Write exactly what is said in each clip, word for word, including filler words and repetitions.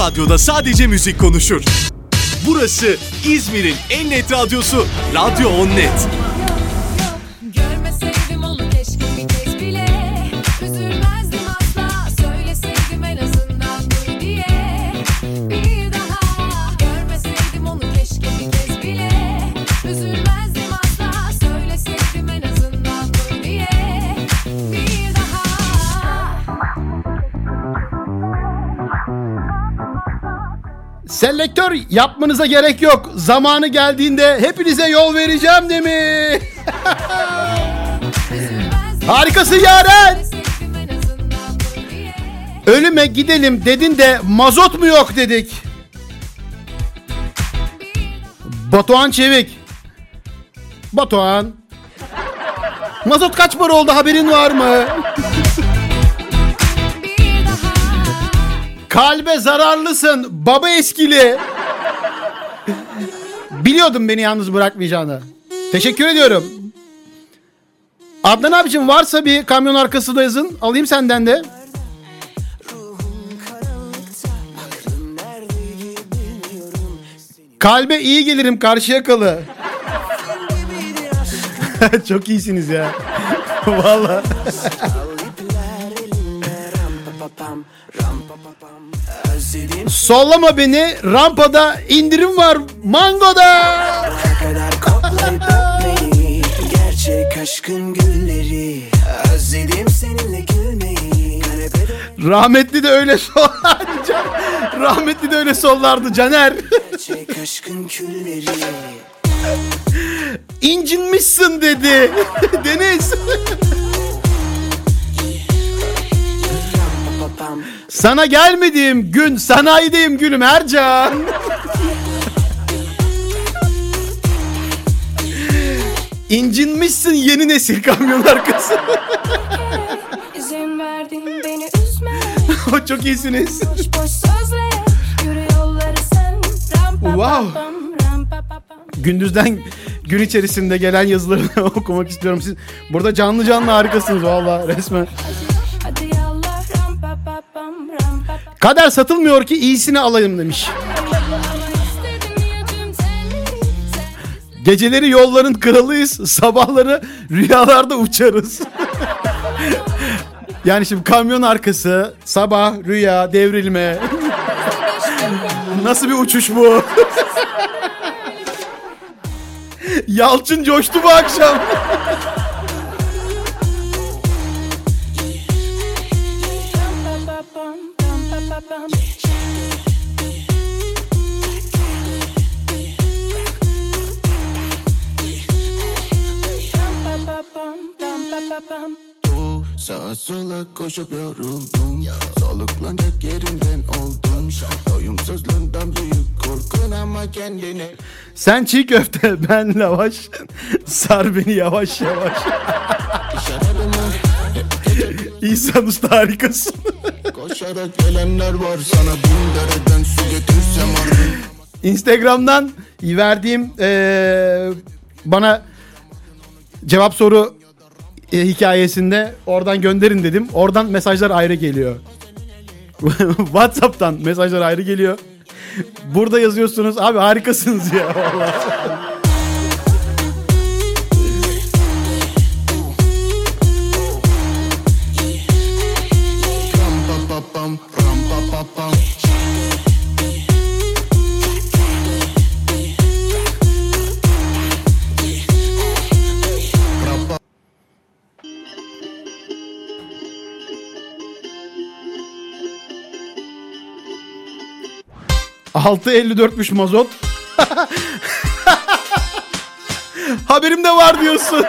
radyoda sadece müzik konuşur. Burası İzmir'in en net radyosu Radyo On Net. Görmeseydim onu keşke bir kez bile, üzülmezdim asla, söyleseydim en azından duy diye. Bir daha görmeseydim onu keşke bir kez bile, üzülmezdim asla, söyleseydim en azından duy diye. Bir daha. Selektör yapmanıza gerek yok. Zamanı geldiğinde hepinize yol vereceğim değil mi? Harikasın Yaren. Ölüme gidelim dedin de mazot mu yok dedik. Batuhan Çevik. Batuhan. Mazot kaç para oldu, haberin var mı? Kalbe zararlısın baba eskili. Biliyordum beni yalnız bırakmayacağını. Teşekkür ediyorum. Adnan abicim, varsa bir kamyon arkasında yazın. Alayım senden de. Kalbe iyi gelirim Karşıyakalı. Çok iyisiniz ya. Vallahi. Sollama beni, rampada indirim var Mango'da. Gerçek aşkın gülleri, özledim seninle gülmeyi. Rahmetli de öyle sollardı. Rahmetli de öyle sollardı Caner. Gerçek aşkın külleri. İncinmişsin dedi Deniz. Sana gelmediğim gün sanayideyim gülüm Ercan. İncinmişsin yeni nesil kamyon arkası. İzin verdin beni üzme. O çok iyisiniz. Wow. Gündüzden gün içerisinde gelen yazıları okumak istiyorum. Siz burada canlı canlı harikasınız vallahi resmen. Kader satılmıyor ki iyisini alayım demiş. Geceleri yolların kralıyız, sabahları rüyalarda uçarız. Yani şimdi kamyon arkası, sabah, rüya, devrilme. Nasıl bir uçuş bu? Yalçın coştu bu akşam. Sağa sola koşup yoruldum, soluklanacak yerinden oldum. Doyumsuzluğundan büyük korkun ama kendine. Sen çiğ köfte, ben lavaş. Sar beni yavaş yavaş. İhsan Usta harikasın. Koşarak gelenler var, sana bin dereden su getirsem arın. Instagram'dan verdiğim ee, bana cevap soru e, hikayesinde oradan gönderin dedim. Oradan mesajlar ayrı geliyor. WhatsApp'tan mesajlar ayrı geliyor. Burada yazıyorsunuz. Abi harikasınız ya vallahi. altı elli dörtmüş mazot. Haberim de var diyorsun.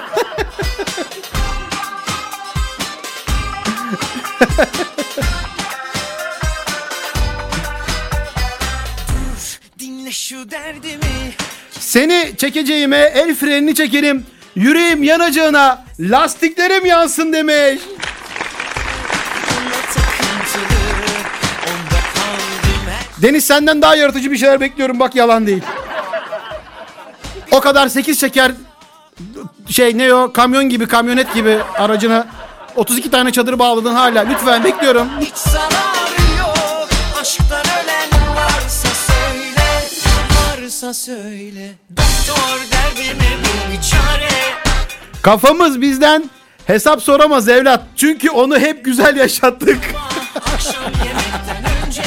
Dinle şu derdimi. Seni çekeceğime el frenini çekerim. Yüreğim yanacağına lastiklerim yansın demiş. Deniz, senden daha yaratıcı bir şeyler bekliyorum, bak yalan değil. O kadar sekiz şeker şey ne o kamyon gibi, kamyonet gibi aracına otuz iki tane çadır bağladın hala. Lütfen bekliyorum. Hiç zararı yok aşktan ölen. varsa söyle. Doktor derdime bu bir çare. Kafamız bizden hesap soramaz evlat. Çünkü onu hep güzel yaşattık. Akşam yemekten önce.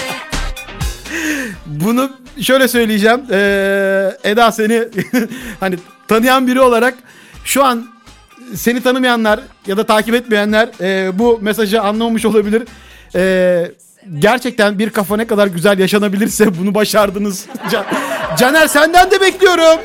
Bunu şöyle söyleyeceğim. Ee, Eda seni hani tanıyan biri olarak şu an seni tanımayanlar ya da takip etmeyenler e, bu mesajı anlamamış olabilir. E, gerçekten bir kafa ne kadar güzel yaşanabilirse bunu başardınız. Can, Caner senden de bekliyorum.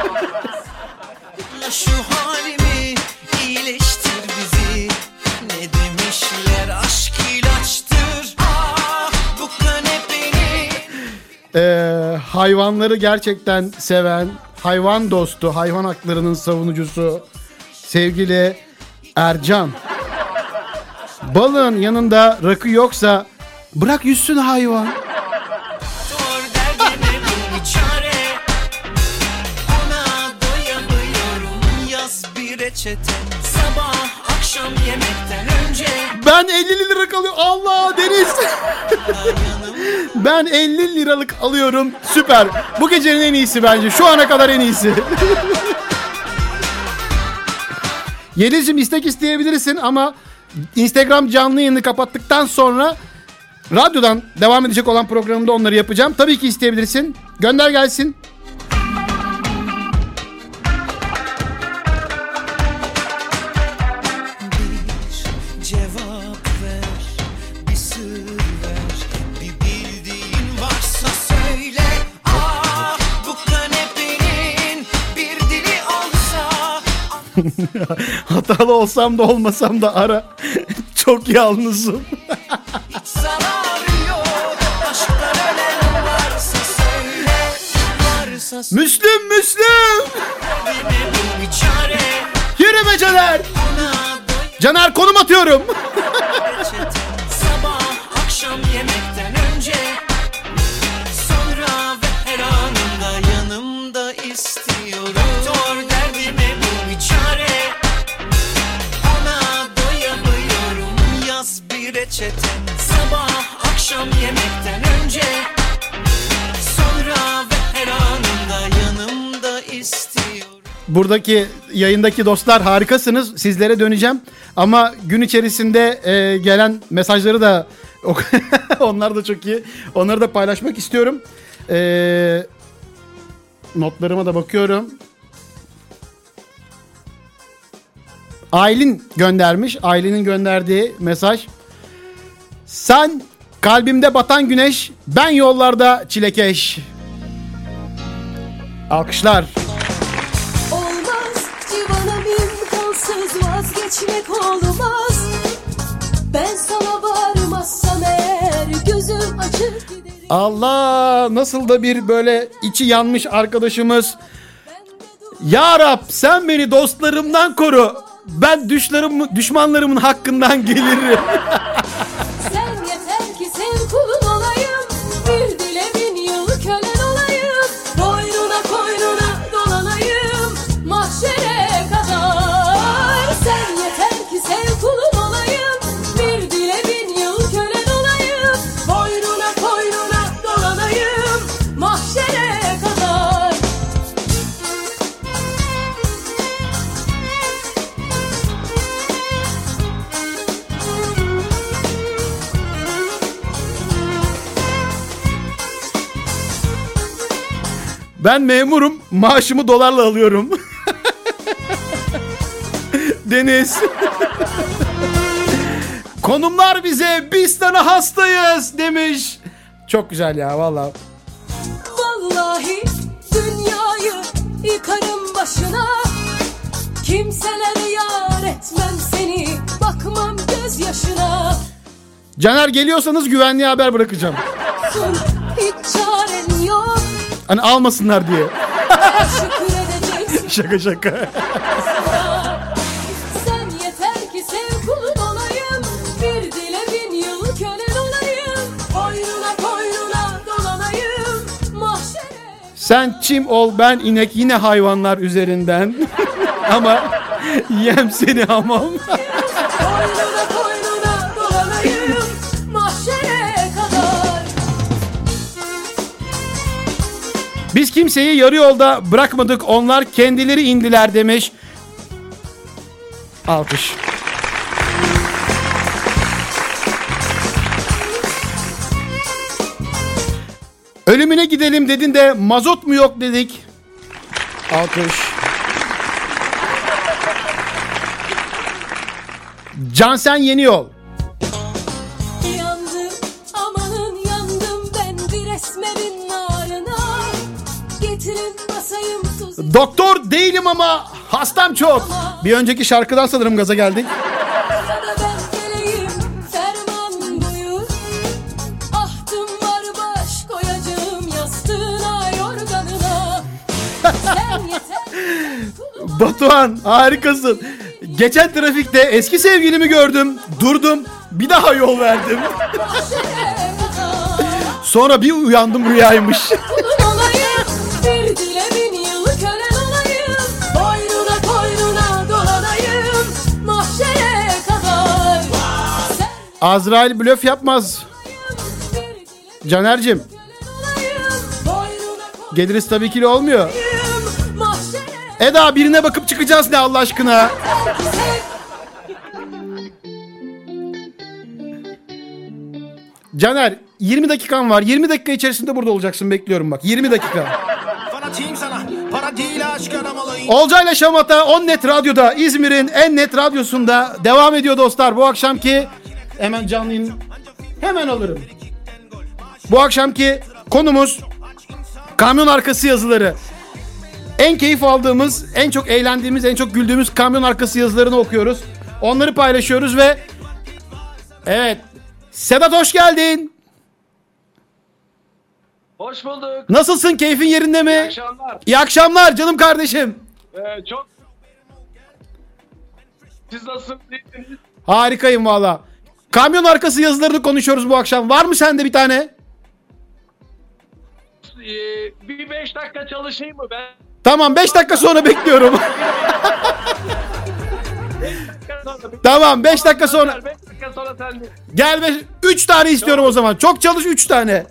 Şu halimi iyileştir bizi. Ne demişler aşk ilaçtır. Ah bu kanepenin. Ee, hayvanları gerçekten seven, hayvan dostu, hayvan haklarının savunucusu sevgili Ercan. Balığın yanında rakı yoksa bırak yüzsün hayvan. Doktor derdime bu bir çare. Ona doyamıyorum. Yaz bir reçete. Sabah akşam yemekten önce. Ben elli liralık alıyorum. Allah Deniz. Ben elli liralık alıyorum. Süper. Bu gecenin en iyisi bence. Şu ana kadar en iyisi. Yeliz'cim istek isteyebilirsin ama Instagram canlı yayını kapattıktan sonra radyodan devam edecek olan programımda onları yapacağım. Tabii ki isteyebilirsin. Gönder gelsin. Bir cevap ver, bir sır ver, bir bildiğin varsa söyle. Ah bu kanepenin bir dili olsa. Hatalı olsam da olmasam da ara. Çok yalnızım. Hiç zararı yok. Aşktan ölen varsa söyle. Varsa söyle. Müslüm Müslüm. Bu bir çare. Yürü be Caner. Ona Caner konum atıyorum. reçete. Sabah akşam yemekten önce. Sonra ve her anında yanımda istiyorum. Doktor derdime bu bir çare. Ona doyamıyorum. Yaz bir reçete. Sabah akşam yemekten önce. Sonra ve her anında yanımda istiyorum. Buradaki yayındaki dostlar harikasınız. Sizlere döneceğim. Ama gün içerisinde e, gelen mesajları da onlar da çok iyi. Onları da paylaşmak istiyorum. E, notlarıma da bakıyorum. Aylin göndermiş. Aylin'in gönderdiği mesaj. Sen kalbimde batan güneş, ben yollarda çilekeş. Alkışlar. Olmaz civanım imkansız vazgeçmek olmaz. Ben sana varmazsam eğer gözüm açık giderim. Allah, nasıl da bir böyle içi yanmış arkadaşımız. Ya Rab sen beni dostlarımdan koru. Ben düşlerim, düşmanlarımın hakkından gelirim. Sen yeter ki sev kulun olayım. Bir dile bin yıl kölen olayım. Boynuna koynuna dolanayım. Mahşere kadar. Sen yeter ki sev kulun olayım. Bir dile bin yıl kölen olayım. Boynuna koynuna dolanayım. Mahşere kadar. Ben memurum, maaşımı dolarla alıyorum. Deniz. Konumlar bize, biz sana hastayız demiş. Çok güzel ya vallahi. Vallahi dünyayı yıkarım başına. Kimselere yar etmem seni. Bakmam gözyaşına. Caner geliyorsanız güvenliğe haber bırakacağım. Sun, hiç çaren yok. Hani almasınlar diye. Şükür edeceksin. Şaka şaka. Sen yeter ki sev kulun olayım. Bir dile bin yıl kölen olayım. Boynuna boynuna dolanayım. Mahşere. Sen çim ol ben inek yine hayvanlar üzerinden. Ama yem seni hamam. Boynuna boynuna dolanayım. Mahşere kadar. Biz kimseyi yarı yolda bırakmadık. Onlar kendileri indiler demiş. Alkış. Ölümüne gidelim dedin de mazot mu yok dedik. Alkış. Cansen Yeniyol. Yandım, amanın yandım ben bir esmerin narına. Getirin masayım tuz. Doktor değilim ama hastam çok. Bir önceki şarkıdan sanırım gaza geldik. Sana ben geleyim, ferman buyur. Ahtım var baş koyacağım yastığına yorganına. Sen yeter. Batuhan harikasın. Geçen trafikte eski sevgilimi gördüm. Durdum. Bir daha yol verdim. Sonra bir uyandım rüyaymış. Kulun olayım, bir dile bin yıl kölen olayım. Boynuna koynuna dolanayım, mahşere kadar. Sen Azrail blöf yapmaz. bir dile Caner'cim kölen olayım. Boynuna geliriz tabii ki olmuyor. koyayım, mahşere Eda birine bakıp çıkacağız ne Allah aşkına. Caner yirmi dakikan var. yirmi dakika içerisinde burada olacaksın, bekliyorum bak. yirmi dakika. Fanatiyim sana, para değil aşk aramalıyım. Olcayla Şamata On Net Radyo'da, İzmir'in en net radyosunda devam ediyor dostlar. Bu akşamki hemen canlı yayın- hemen alırım. Bu akşamki konumuz kamyon arkası yazıları. En keyif aldığımız, en çok eğlendiğimiz, en çok güldüğümüz kamyon arkası yazılarını okuyoruz. Onları paylaşıyoruz ve evet, Sedat hoş geldin. Hoş bulduk. Nasılsın? Keyfin yerinde mi? İyi akşamlar. İyi akşamlar canım kardeşim. Ee, çok... Siz nasılsınız? İyisiniz? Harikayım valla. Kamyon arkası yazılarını konuşuyoruz bu akşam. Var mı sende bir tane? Ee, bir beş dakika çalışayım mı ben? Tamam, beş dakika sonra bekliyorum. Tamam, beş dakika sonra. beş dakika sonra sen de. Gel be, üç tane istiyorum o zaman. Çok çalış, üç tane.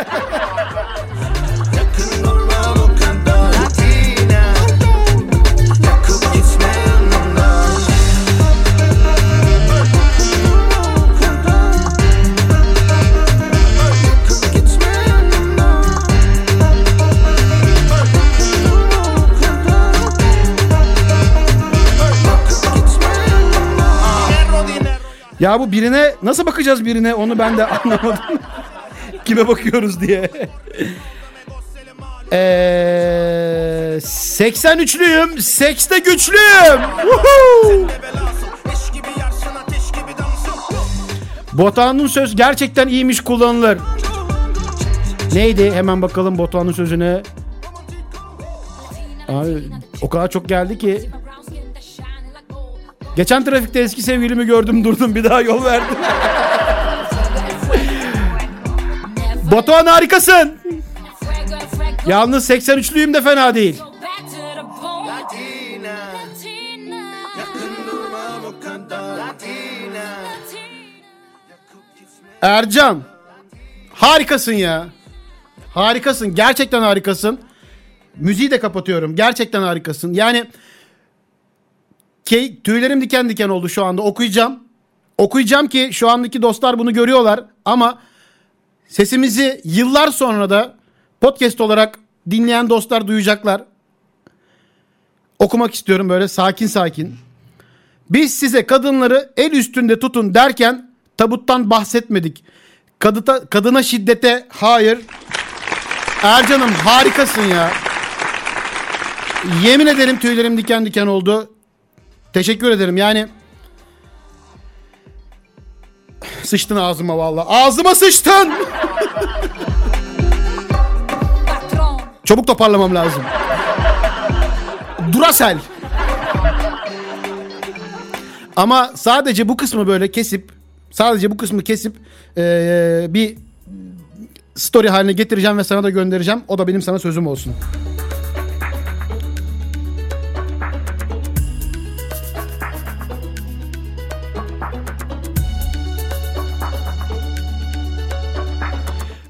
Yakın durmam o kadar. Latina. Yakıp gitme yanımdan. Yakıp gitme yanımdan. Yakıp gitme yanımdan. Ya bu birine nasıl bakacağız birine, onu ben de anlamadım. Kime bakıyoruz diye. Eee seksen üçlüyüm, sekste güçlüyüm. Woohoo! Eş gibi yarsın, ateş gibi dansın. Batuhan'ın söz gerçekten iyiymiş, kullanılır. Neydi? Hemen bakalım Batuhan'ın sözüne. Abi o kadar çok geldi ki. Geçen trafikte eski sevgilimi gördüm, durdum, bir daha yol verdim. Batuhan harikasın. Yalnız seksen üçlüyüm de fena değil. Latina. Yakın durmam o kadar. Latina. Ercan, harikasın ya. Harikasın, gerçekten harikasın. Müziği de kapatıyorum, gerçekten harikasın. Yani Ke- tüylerim diken diken oldu şu anda. Okuyacağım. Okuyacağım ki şu andaki dostlar bunu görüyorlar ama sesimizi yıllar sonra da podcast olarak dinleyen dostlar duyacaklar. Okumak istiyorum böyle sakin sakin. Biz size kadınları el üstünde tutun derken tabuttan bahsetmedik. Kadıta, kadına şiddete hayır. Ercan'ım harikasın ya. Yemin ederim tüylerim diken diken oldu. Teşekkür ederim yani. Sıçtın ağzıma vallahi. Ağzıma sıçtın. Çabuk toparlamam lazım. Duracell. Ama sadece bu kısmı böyle kesip, sadece bu kısmı kesip ee, bir story haline getireceğim ve sana da göndereceğim. O da benim sana sözüm olsun.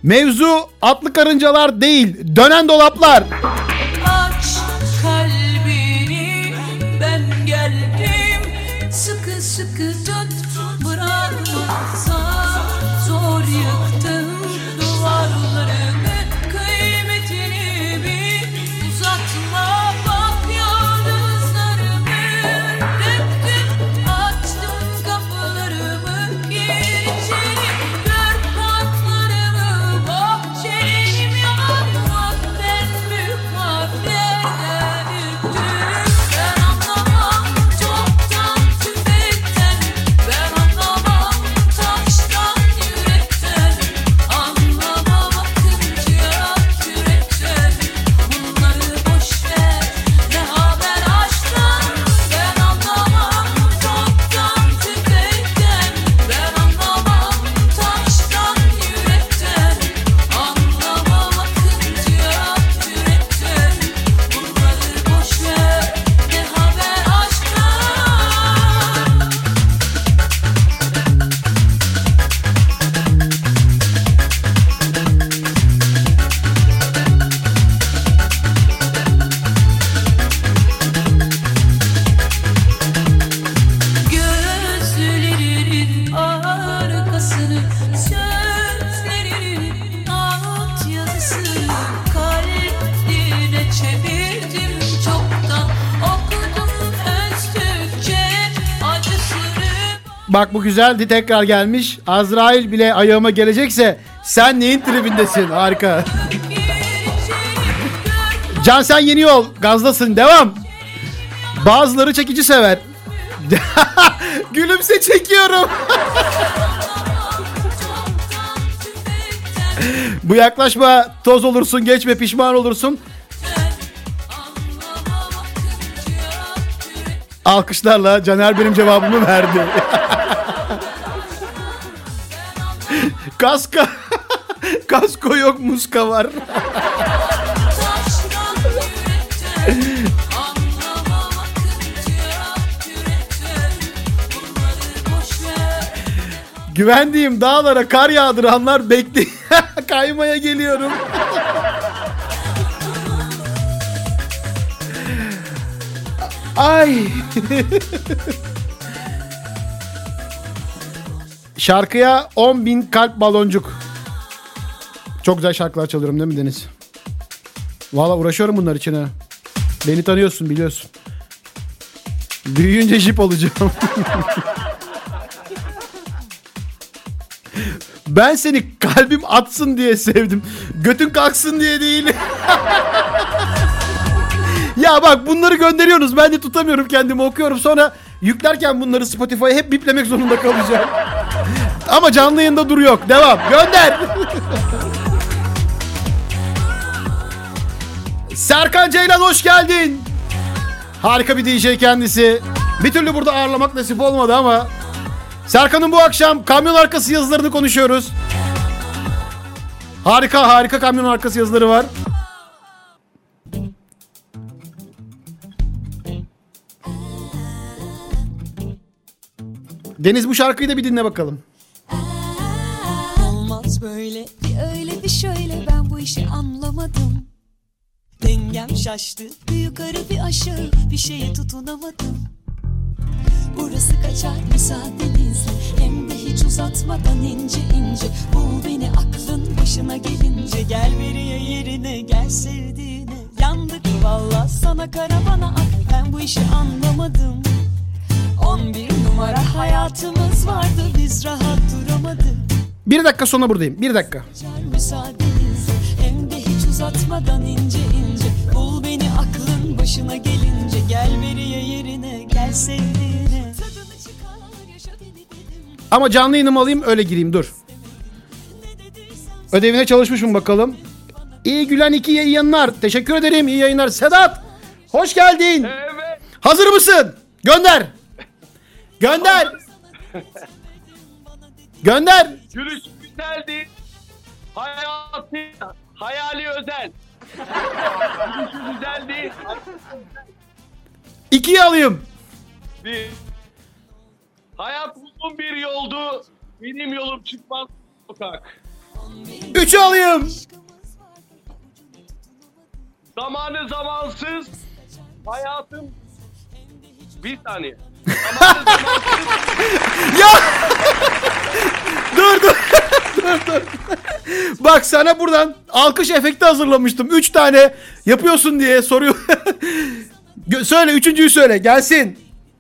Mevzu atlı karıncalar değil, dönen dolaplar. Aç kalbini, ben geldim. Sıkı sıkı tut, bırakmazsan. Zor yıktım duvarlarımı, kıymetini bil. Uzatma bak yalnızlarımı. Döktüm, açtım kapılarımı. Gir içeri, gör patlarımı. Bahçenim yanmak, ben büyük harflerden ürktüm. Ben anlamam çoktan tüfekten. Ben anlamam taştan yürekten. Anlamam akıncıya kürekten. Bunları boş ver, ne haber aşktan. Ben anlamam çoktan tüfekten. Ben anlamam taştan yürekten. Anlamam akıncıya kürekten. Bunları boş ver, ne haber aşktan. Gözlerinin arkasını, sözlerinin alt yazısını kalbine çevirdim çoktan. Okudum öztürkçe acısını. Bak bu güzeldi, tekrar gelmiş. Azrail bile ayağıma gelecekse sen neyin tribindesin? Harika. Can sen yeni yol. Gazdasın. Devam. Bazıları çekici sever. Gülümse çekiyorum. Bu yaklaşma, toz olursun, geçme, pişman olursun. Alkışlarla Caner benim cevabımı verdi. Kaska. Kasko yok, muska var. Taştan yürekten. Anlamam akıncıya kürekten. Bunları boş ver. Güvendiğim dağlara kar yağdıranlar bekle. Kaymaya geliyorum. Ay. Şarkıya on bin kalp baloncuk. Çok güzel şarkılar çalıyorum değil mi Deniz? Valla uğraşıyorum bunlar için ha. Beni tanıyorsun, biliyorsun. Büyüyünce jip olacağım. Ben seni kalbim atsın diye sevdim. Götün kalksın diye değil. Ya bak bunları gönderiyorsunuz. Ben de tutamıyorum kendimi, okuyorum. Sonra yüklerken bunları Spotify'a hep biplemek zorunda kalacağım. Ama canlı yayında dur yok. Devam. Gönder. Serkan Ceylan hoş geldin. Harika bir D J kendisi. Bir türlü burada ağırlamak nasip olmadı ama Serkan'ın bu akşam kamyon arkası yazılarını konuşuyoruz. Harika harika kamyon arkası yazıları var. Deniz bu şarkıyı da bir dinle bakalım. Olmaz böyle bir öyle bir şöyle, ben bu işi anlamadım. Dengem şaştı, bir yukarı bir aşağı, bir şeye tutunamadım. Burası kaçar müsaadenizle, hem de hiç uzatmadan ince ince. Bul beni aklın başına gelince, gel veriye yerine, gel sevdiğine. Yandık valla sana kara bana ak, ben bu işi anlamadım. On bir numara hayatımız vardı, biz rahat duramadık. Bir dakika sonra buradayım. Bir dakika. Kaçar müsaadenizle, hem de hiç uzatmadan ince ince. Bul beni aklın başına gelince, gel veriye yerine, gel sevdiğine. Tadını çıkar, yaşa beni dedim. Ama canlı yayınımı alayım öyle gireyim, dur. Ödevine çalışmış mı bakalım. İyi gülen iki iyi yayınlar. Teşekkür ederim, iyi yayınlar. Sedat hoş geldin. Evet. Hazır mısın? Gönder. Gönder. Gönder. Gülüş güzeldi. Hayatı, hayali özel. Gülüşü güzeldi. İkiyi alayım. Bir. Hayat uzun bir yoldu. Benim yolum çıkmaz sokak. Üçü alayım. Zamanı zamansız. Hayatım. Bir saniye. Zamanı zamansız. Ya! dur dur. dur dur. Bak sana buradan alkış efekti hazırlamıştım. Üç tane yapıyorsun diye soruyor. Gö- söyle üçüncüyü söyle gelsin.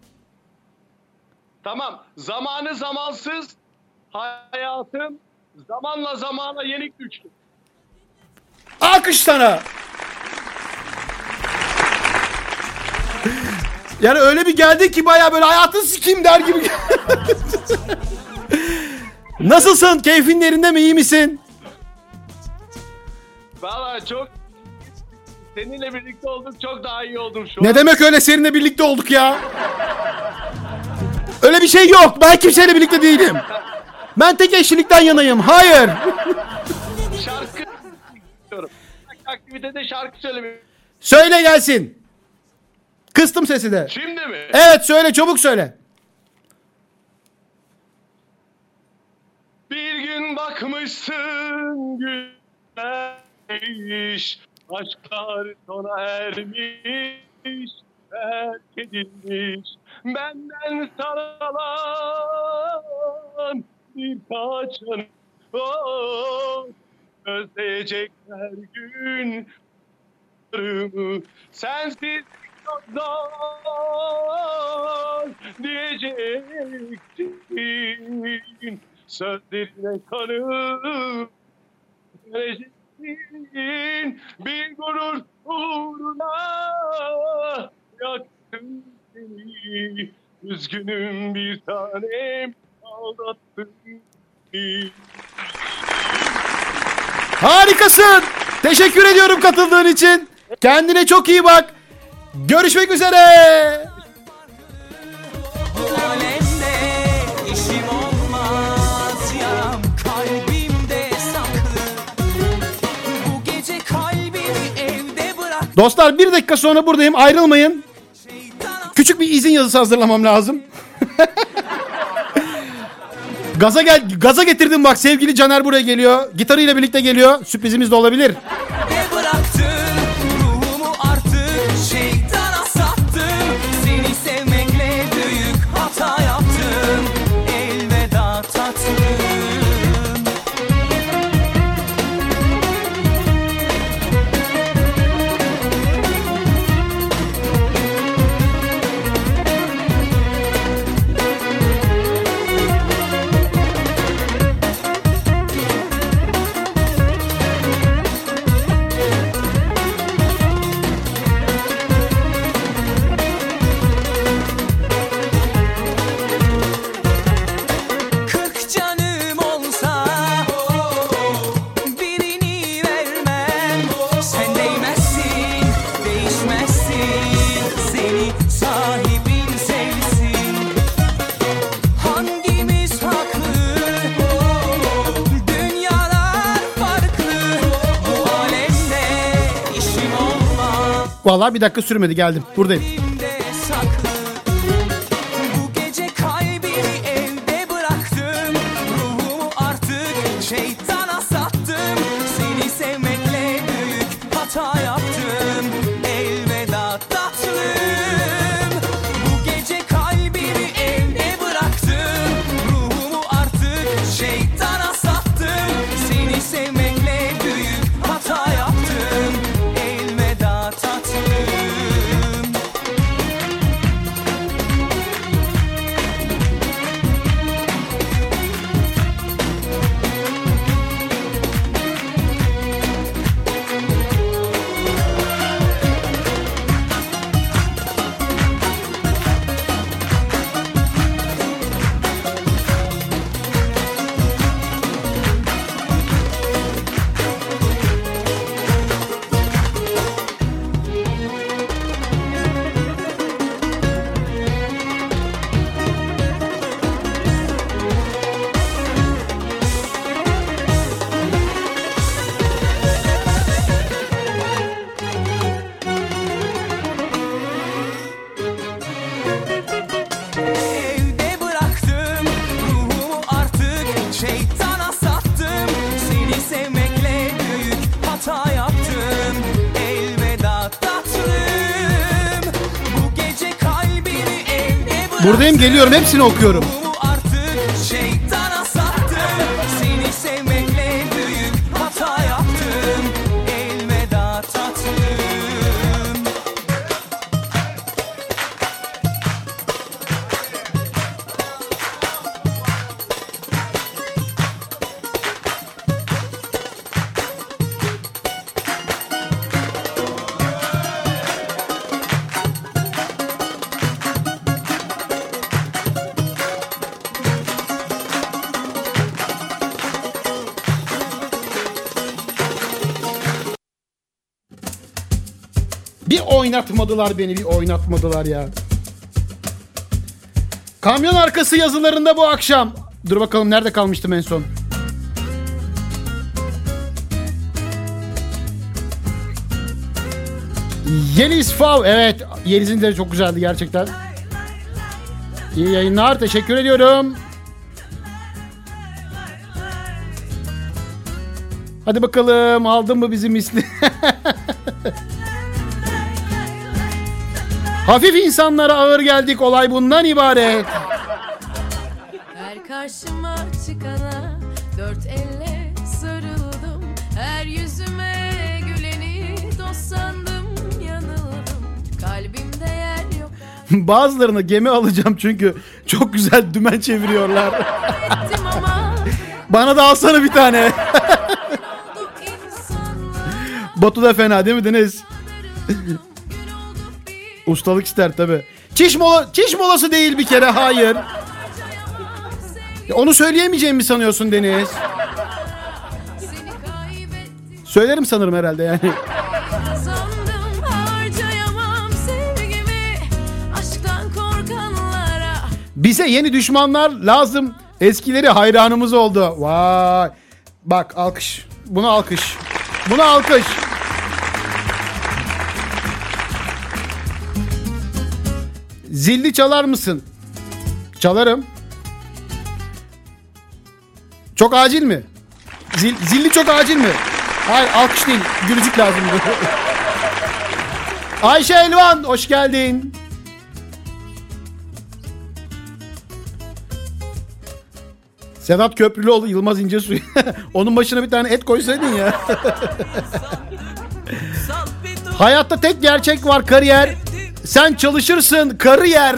Tamam. Zamanı zamansız. Hayatım. Zamanla zamana yenik düştü. Alkış sana. Yani öyle bir geldin ki baya böyle hayatın sikeyim der gibi. Nasılsın? Keyfin yerinde mi? İyi misin? Valla çok seninle birlikte olduk, çok daha iyi oldum şu an. Ne demek öyle seninle birlikte olduk ya? Öyle bir şey yok. Ben kimseyle birlikte değilim. Ben tek eşlilikten yanayım. Hayır. Şarkı istiyorum. Aktivitede şarkı söylemiyorum. Söyle gelsin. Kıstım sesi de. Şimdi mi? Evet söyle, çabuk söyle. Bir gün bakmışsın güneş, aşklar sona ermiş, terk edilmiş, benden sana kalan birkaç anı, oh, özleyecekler günlerimi, sensiz çok zor diyeceksin. Sözlerine kanıp vereceksin, bir gurur uğruna yaktın seni. Üzgünüm bir tanem, aldattın beni. Harikasın. Teşekkür ediyorum katıldığın için. Kendine çok iyi bak. Görüşmek üzere. Alemde işim olmaz yaram kalbimde saklı. Bu gece kalbimi evde bırak. Dostlar bir dakika sonra buradayım. Ayrılmayın. Küçük bir izin yazısı hazırlamam lazım. Gaza gel, gaza getirdim bak, sevgili Caner buraya geliyor. Gitarıyla birlikte geliyor. Sürprizimiz de olabilir. Ne bıraktın ruhumu artık şeytana sattım. Seni sevmekle büyük hata yaptım. Elveda tatlım. Kırk canım olsa birini vermem. Sen değmezsin, değişmezsin. Seni sahibin sevsin. Hangimiz haklı? Dünyalar farklı. Bu alemde işim olmaz. Vallahi bir dakika sürmedi, geldim. Buradayım. Elimde saklı. Bu gece kalbimi evde bıraktım. Ruhumu artık şeytana sattım. Seni sevmekle büyük hata yaptım. Elveda tatlım. Bu gece kalbimi evde bıraktım. Ruhumu artık şeytana sattım. Seni sevmekle büyük hata yaptım. Elveda tatlım. Buradayım, geliyorum, hepsini okuyorum. Ruhumu artık şeytana sattım. Seni sevmekle büyük hata yaptım. Elveda tatlım. Bir oynatmadılar beni, bir oynatmadılar ya. Kamyon arkası yazılarında bu akşam. Dur bakalım, nerede kalmıştım en son? Yeliz Fav. Evet, Yeliz'in de çok güzeldi gerçekten. İyi yayınlar, teşekkür ediyorum. Hadi bakalım, aldın mı bizi misli? Hafif insanlara ağır geldik, olay bundan ibaret. Her karşıma çıkana dört elle sarıldım. Her yüzüme güleni dost sandım, yanıldım. Kalbimde yer yok. Bazılarına gemi alacağım çünkü çok güzel dümen çeviriyorlar. Ettim ama Bana da alsana bir tane. oldu insanlar. Batu da fena değil mi Deniz? Gün oldu bir Ustalık ister tabi. Çiş mola, çiş molası değil bir kere, hayır. Ya onu söyleyemeyeceğimi mi sanıyorsun Deniz? seni kaybettim. Söylerim sanırım herhalde yani. Sandım harcayamam sevgimi aşktan korkanlara. Bize yeni düşmanlar lazım. Eskileri hayranımız oldu. Vay. Bak, alkış. Buna alkış. Buna alkış. Zilli çalar mısın? Çalarım. Çok acil mi? Zil, zilli çok acil mi? Hayır, alkış değil. Gülücük lazımdı. Ayşe Elvan, hoş geldin. Sedat Köprülüoğlu, Yılmaz İncesuyu. Onun başına bir tane et koysaydın ya. Hayatta tek gerçek var, kariyer. Sen çalışırsın, kariyer.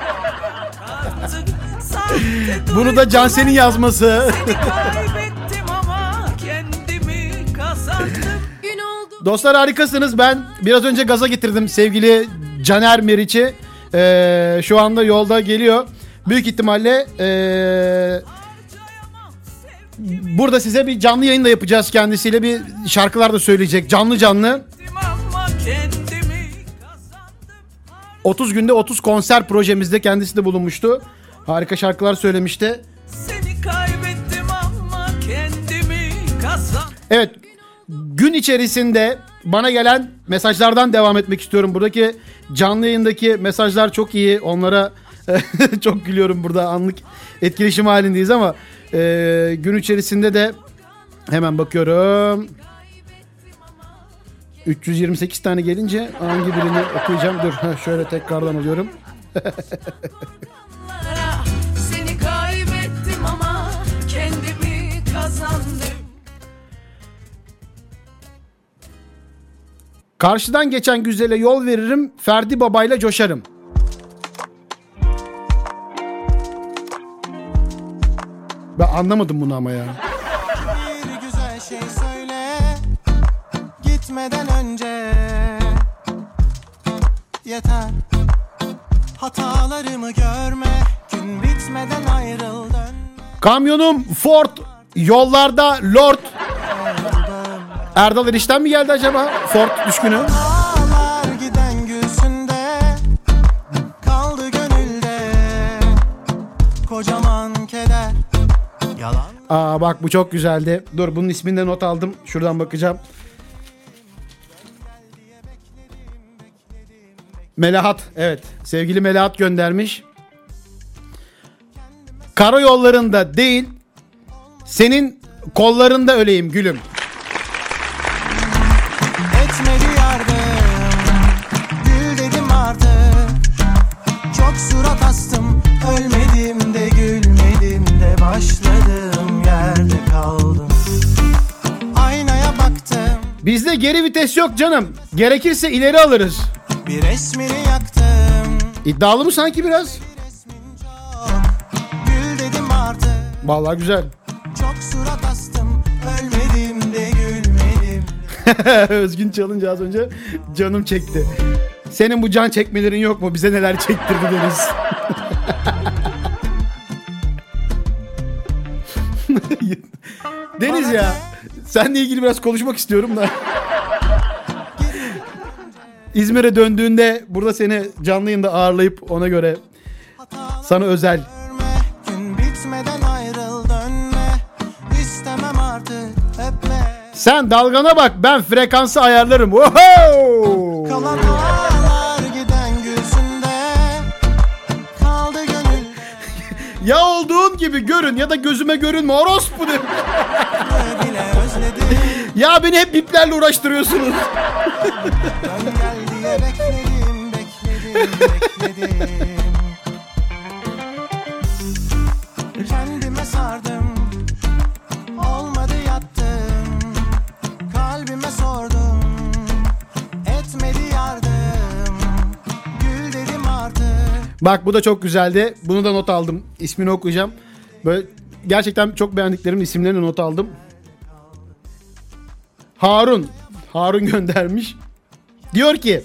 Bunu da Cansel'in yazması. Kaybettim ama kendimi kazandım. Gün oldu Dostlar, harikasınız. Ben biraz önce gaza getirdim sevgili Caner Meriç'i. Ee, şu anda yolda geliyor. Büyük ihtimalle ee, burada size bir canlı yayın da yapacağız kendisiyle. Bir şarkılar da söyleyecek canlı canlı. Ama kendimi otuz günde otuz konser projemizde kendisi de bulunmuştu. Harika şarkılar söylemişti. seni kaybettim ama kendimi kazandım. Evet, gün içerisinde bana gelen mesajlardan devam etmek istiyorum. Buradaki canlı yayındaki mesajlar çok iyi. Onlara çok gülüyorum, burada anlık etkileşim halindeyiz ama e, gün içerisinde de hemen bakıyorum. üç yüz yirmi sekiz tane gelince hangi birini okuyacağım? Dur, heh, şöyle tekrardan alıyorum. seni kaybettim ama kendimi kazandım. Karşıdan geçen güzele yol veririm, Ferdi Baba'yla coşarım. Ben anlamadım bunu ama ya. Bir güzel şey söyle gitmeden önce. Yeter hatalarımı görme, gün bitmeden ayrıl dön. Kamyonum Ford, yollarda Lord. Erdal Eriş'ten mi geldi acaba Ford düşkünü? Ağlar giden gülsünde kaldı gönülde kocaman keder. Yalan. Aa bak, bu çok güzeldi. Dur, bunun ismini de not aldım. Şuradan bakacağım. Melahat. Evet. Sevgili Melahat göndermiş. Karayollarında değil, senin kollarında öleyim gülüm. Etmedi yardım, gül dedim artık. Çok Çok surat astım, ölmedim de gülmedim de başladım yerde kaldım. Aynaya baktım, Bizde geri vites yok canım. Gerekirse ileri alırız. bir resmini yaktım. İddialı mı sanki biraz? Gül dedim artık, Vallahi güzel. çok surat astım, ölmedim de gülmedim. Özgün çalınca az önce canım çekti. Senin bu can çekmelerin yok mu? Bize neler çektirdi Deniz. Deniz ya. Seninle ilgili biraz konuşmak istiyorum da. İzmir'e döndüğünde burada seni canlı yayında ağırlayıp ona göre sana özel. Gün bitmeden ayrıl dönme, istemem artık öpme. Sen dalgana bak, ben frekansı ayarlarım. Oho! Kalan dualar giden gülsünde, kaldı gönül Ya olduğun gibi görün ya da gözüme görünme orospu de. bile özledim. Ya beni hep biplerle uğraştırıyorsunuz. Dön gel diye bekledim, bekledim, bekledim. Kendime sardım, olmadı yattım. Kalbime sordum, etmedi yardım. Gül dedim artık. Bak bu da çok güzeldi. Bunu da not aldım. İsmini okuyacağım. Böyle gerçekten çok beğendiklerimin isimlerini not aldım. Harun. Harun göndermiş. Diyor ki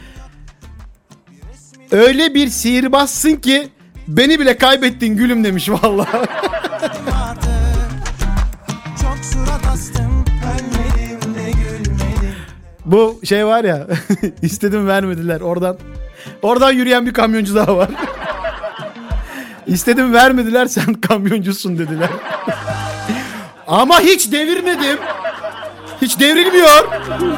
öyle bir sihirbazsın ki beni bile kaybettin gülüm demiş vallahi. Artık çok surat astım, ölmedim de gülmedim. Bu şey var ya istedim vermediler oradan. Oradan yürüyen bir kamyoncu daha var. İstedim vermediler, sen kamyoncusun dediler. Ama hiç devirmedim. Hiç devrilmiyor.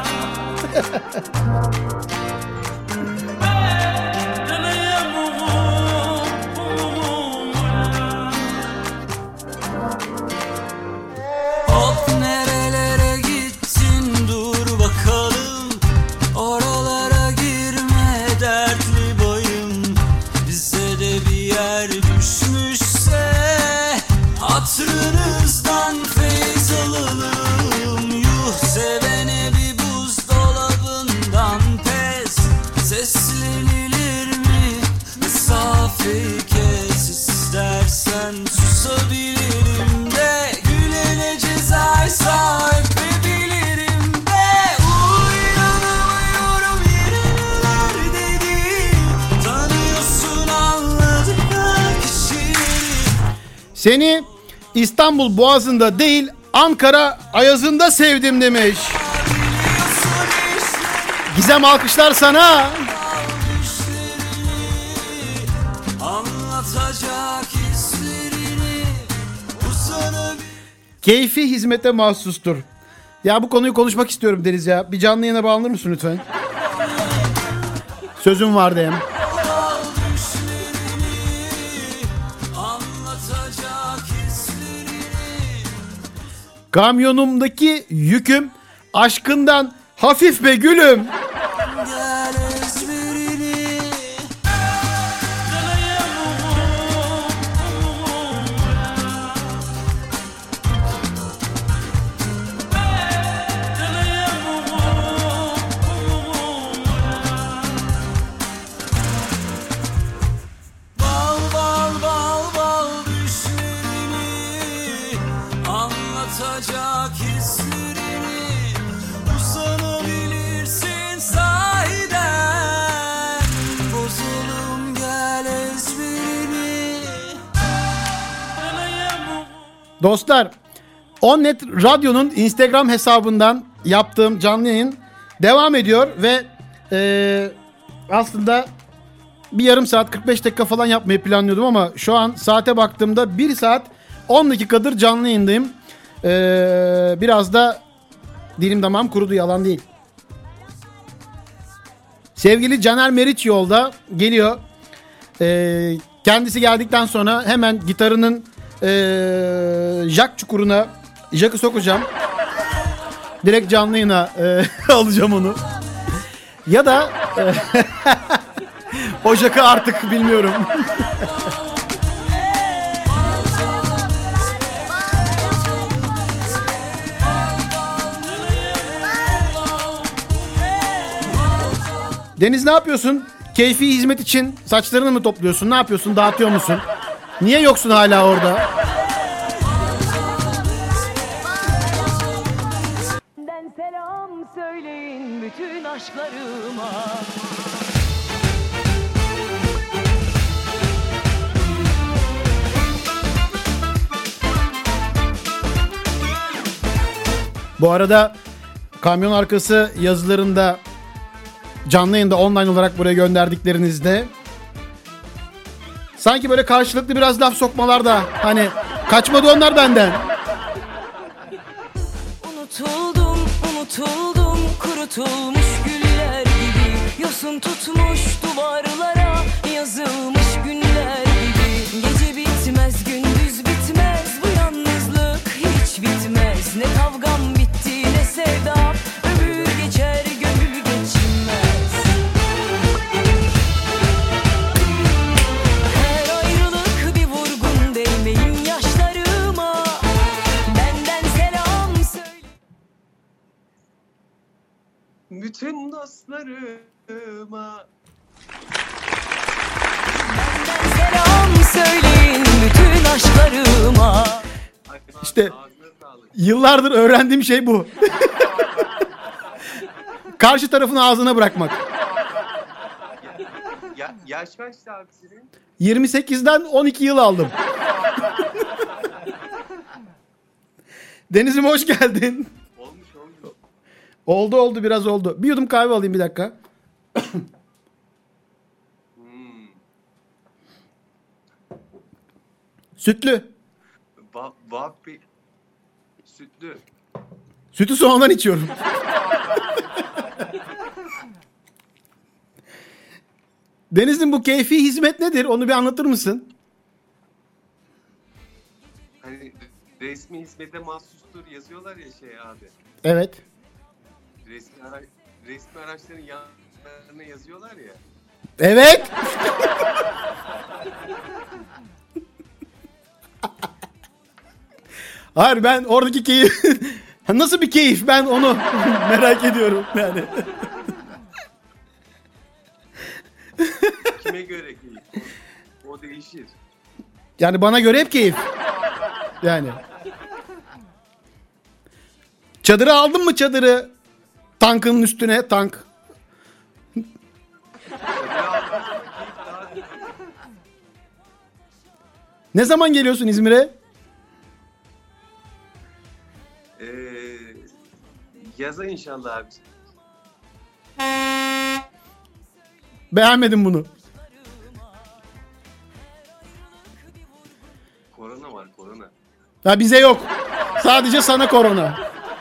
Hop nerelere gittin dur bakalım. Oralara girme dertli bayım. Bize de bir yer düşmüşse hatırınızdan feyz alalım. Yuh sevene bir buzdolabından pes. Seslenilir mi? Mesafeyi kes, istersen susabilirim de. Gülene cezaysa öpebilirim de. Uyanamıyorum yerler dedi. Tanıyorsun anladık kişileri. Seni İstanbul Boğazı'nda değil Ankara Ayazı'nda sevdim demiş. Gizem alkışlar sana. Anlatacak hislerini uzanıp. Keyfi hizmete mahsustur. Ya bu konuyu konuşmak istiyorum Deniz ya. Bir canlı yayına bağlanır mısın lütfen? Sözüm vardı hem. Anlatacak hislerini. Kamyonumdaki yüküm aşkından hafif be gülüm. Gel ezberini. Bal bal bal bal düşlerini. Anlatacak hislerini. Uzanabilirsin sahiden. Bozalım gel ezberini. Dostlar, Onnet Radyo'nun Instagram hesabından yaptığım canlı yayın devam ediyor ve eee, aslında bir yarım saat kırk beş dakika falan yapmayı planlıyordum ama şu an saate baktığımda bir saat on dakikadır canlı yayındayım. Eee, biraz da dilim damağım kurudu, yalan değil. Sevgili Caner Meriç yolda geliyor. Eee, kendisi geldikten sonra hemen gitarının eee jack çukuruna jack'ı sokacağım. Direkt canlı yayına eee, alacağım onu. Ya da eee, O Jack'ı artık bilmiyorum. Deniz ne yapıyorsun? Keyfi hizmet için saçlarını mı topluyorsun? Ne yapıyorsun? Dağıtıyor musun? Niye yoksun hala orada? Benden selam söyleyin bütün aşklarıma. Bu arada kamyon arkası yazılarında canlı yayında online olarak buraya gönderdiklerinizde sanki böyle karşılıklı biraz laf sokmalar da hani kaçmadı onlar benden. Unutuldum, unutuldum, kurutulmuş güller gibi. Yosun tutmuş duvarlara yazılmış günler gibi. Gece bitmez, gündüz bitmez, bu yalnızlık hiç bitmez. Ne kavgam bitti, ne sevdam, ömür geçer, gönül geçmez. Her ayrılık bir vurgun, değmeyin yaşlarıma. Benden selam söyle. Bütün dostlarıma. Benden selam söyleyin bütün aşklarıma. İşte Ağzına sağlık. yıllardır öğrendiğim şey bu. Karşı tarafın ağzına bırakmak. Ya, yaş kaçtı abi senin? yirmi sekizden on iki yıl aldım. Deniz'im hoş geldin. Olmuş olmuş. Oldu oldu biraz oldu. Bir yudum kahve alayım bir dakika. Hmm. Sütlü. Va Vahbi. Sütlü. Sütü sonradan içiyorum. Deniz'in bu keyfi hizmet nedir? Onu bir anlatır mısın? Hani resmi hizmete mahsustur yazıyorlar ya şey abi. Evet. Resmi, ara resmi araçların yanlarına yazıyorlar ya. Evet. Hayır ben oradaki keyif... Nasıl bir keyif ben onu merak ediyorum yani. Kime göre keyif? O, o değişir. Yani bana göre hep keyif. Yani. Çadırı aldın mı çadırı? Tankın üstüne tank. Ne zaman geliyorsun İzmir'e? Ee, yaza inşallah abi. Beğenmedim bunu. Korona var korona. Ya bize yok. Sadece sana korona.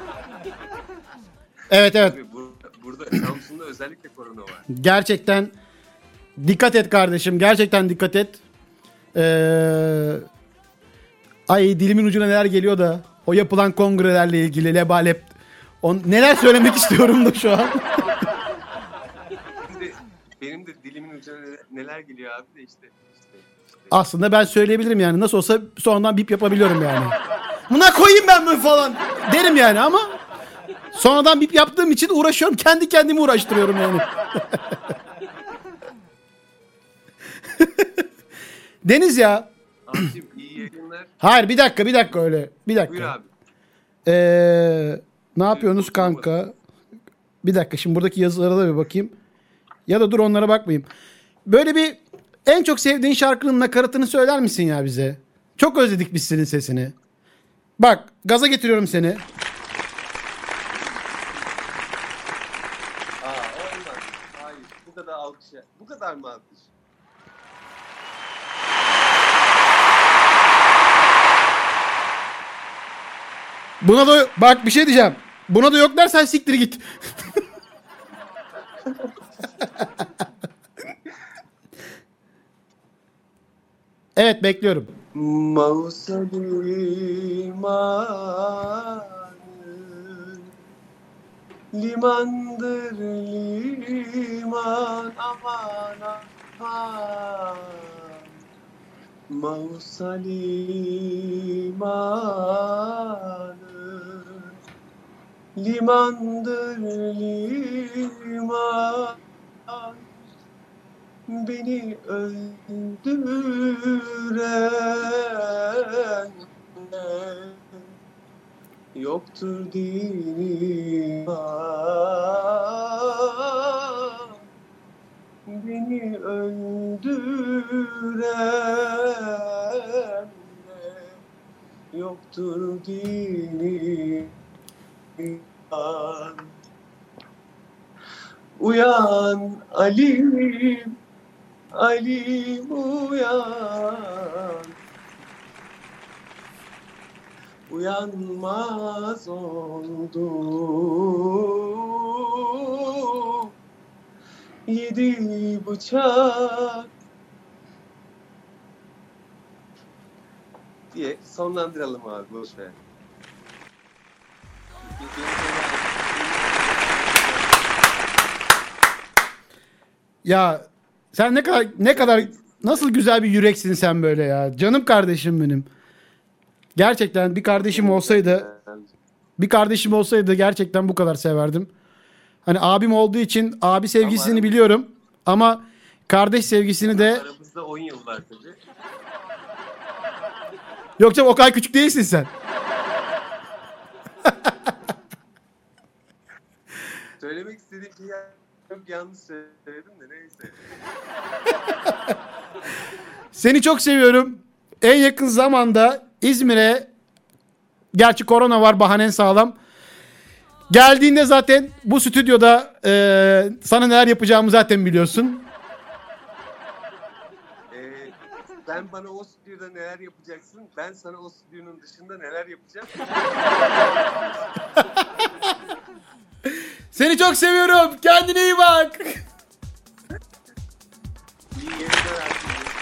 Evet evet. Abi bur burada Samsun'da özellikle korona var. Gerçekten dikkat et kardeşim. Gerçekten dikkat et. Ee, ay dilimin ucuna neler geliyor da o yapılan kongrelerle ilgili lebalep. On, neler söylemek istiyorum da şu an. Benim de, benim de dilimin ucuna neler, neler geliyor abi de işte. işte, işte. Aslında ben söyleyebilirim yani. Nasıl olsa sonradan bip yapabiliyorum yani. Buna koyayım ben bunu falan derim yani ama sonradan bip yaptığım için uğraşıyorum. Kendi kendimi uğraştırıyorum yani. Deniz ya. Abicim iyi yayınlar. Hayır bir dakika bir dakika öyle. Bir dakika. Buyur abi. Ee, ne yapıyorsunuz kanka? Bir dakika şimdi buradaki yazılara da bir bakayım. Ya da dur onlara bakmayayım. Böyle bir en çok sevdiğin şarkının nakaratını söyler misin ya bize? Çok özledik biz senin sesini. Bak gaza getiriyorum seni. Aa olmaz. Hayır. Bu kadar alkış. Bu kadar mı alkış? Buna da bak bir şey diyeceğim. Buna da yok dersen siktir git. Evet bekliyorum. Mausa limanı limandır liman aman Ha, Mausa limanı, limandır liman, beni öldüren yoktur divan, beni öldüren yoktur divan. Uyan Alim, Alim uyan, uyanmaz oldu. Yedi bıçak diye sonlandıralım abi, boş ver. Ya sen ne kadar ne kadar nasıl güzel bir yüreksin sen böyle ya. Canım kardeşim benim. Gerçekten bir kardeşim olsaydı bir kardeşim olsaydı gerçekten bu kadar severdim. Hani abim olduğu için abi sevgisini ama, biliyorum ama kardeş sevgisini de aramızda on yıl var tabii. Yok canım, o kadar küçük değilsin sen. Söylemek istediğim şey çok yanlış söyledim de neyse. Seni çok seviyorum. En yakın zamanda İzmir'e, gerçi korona var, bahanen sağlam. Geldiğinde zaten bu stüdyoda e, sana neler yapacağımı zaten biliyorsun. Ee, sen bana o stüdyoda neler yapacaksın, ben sana o stüdyonun dışında neler yapacağım. Seni çok seviyorum. Kendine iyi bak. İyi yayınlar.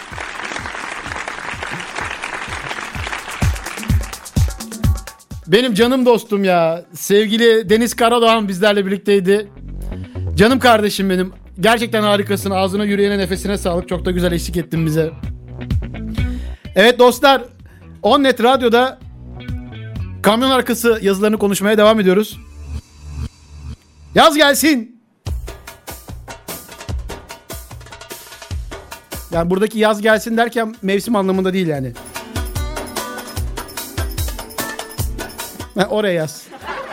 Benim canım dostum ya. Sevgili Deniz Karadoğan bizlerle birlikteydi. Canım kardeşim benim. Gerçekten harikasın. Ağzına, yüreğine, nefesine sağlık. Çok da güzel eşlik ettin bize. Evet dostlar. OnNet Radyo'da kamyon arkası yazılarını konuşmaya devam ediyoruz. Yaz gelsin. Yani buradaki yaz gelsin derken mevsim anlamında değil yani. Ha, oraya yaz.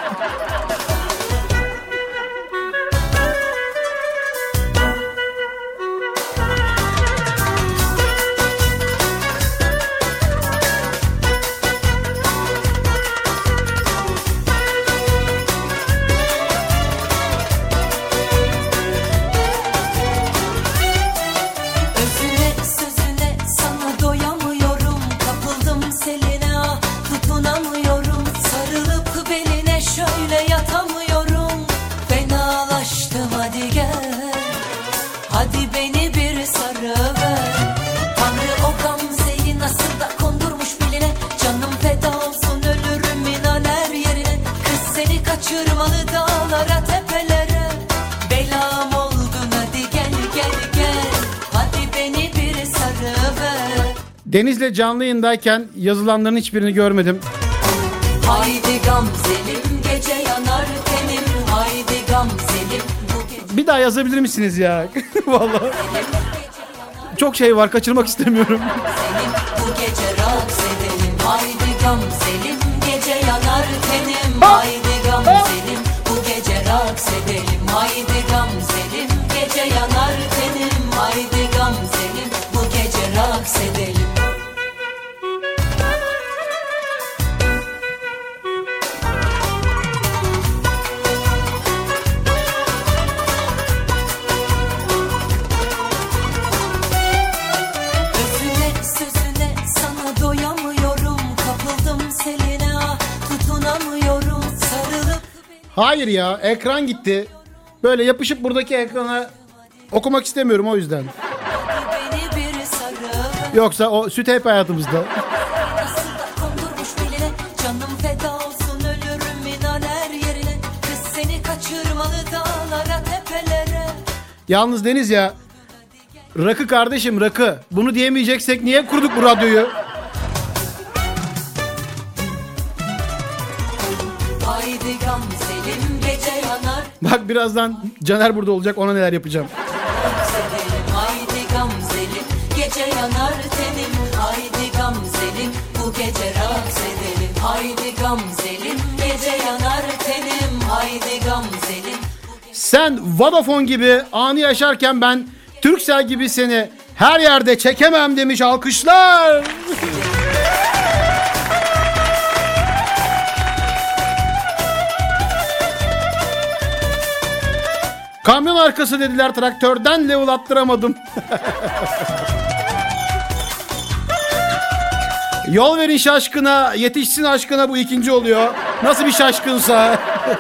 Özüne sözüne sana doyamıyorum, kapıldım seline ah tutunamıyorum, sarılıp beline şöyle yatamıyorum, fenalaştım hadi gel, hadi beni bir sarıver, Tanrı o gamzeyi nasıl da kondurmuş beline, canım feda olsun ölürüm inan her yerine, kız seni kaçırmalı dağlara tepelere, belam oldun hadi gel gel gel, hadi beni bir sarıver. Deniz'le canlı yayındayken yazılanların hiçbirini görmedim. Haydi gamzelim gece yanar tenim, haydi gamzelim bu gece Bir daha yazabilir misiniz ya? Vallahi. Çok şey var, kaçırmak istemiyorum. senin, bu gece raks edelim, haydi gamzelim gece yanar tenim, haydi gamzelim bu gece raks edelim, haydi gamzelim gece yanar tenim, haydi gamzelim bu gece raks edelim. Özüne sözüne sana doyamıyorum, kapıldım seline ah tutunamıyorum, sarılıp Hayır ya, ekran gitti. Böyle yapışıp buradaki ekrana okumak istemiyorum o yüzden. beni bir sarıver, Yoksa o süt hep hayatımızda. nasıl da kondurmuş beline, canım feda olsun ölürüm inan her yerine, kız seni kaçırmalı dağlara tepelere, Yalnız Deniz ya, Rakı kardeşim, rakı. Bunu diyemeyeceksek niye kurduk bu radyoyu? Haydi Gamzelim gece yanar Bak birazdan Caner burada olacak, ona neler yapacağım. severim. Haydi Gamzelim gece yanar tenim. Haydi Gamzelim bu gece raks edelim. Haydi Gamzelim gece yanar tenim. Haydi Gamzelim. Sen Vodafone gibi anı yaşarken ben Turkcell gibi seni her yerde çekemem demiş, alkışlar. Kamyon arkası dediler, traktörden level attıramadım. Yol verin şaşkına, yetişsin aşkına, bu ikinci oluyor. Nasıl bir şaşkınsa.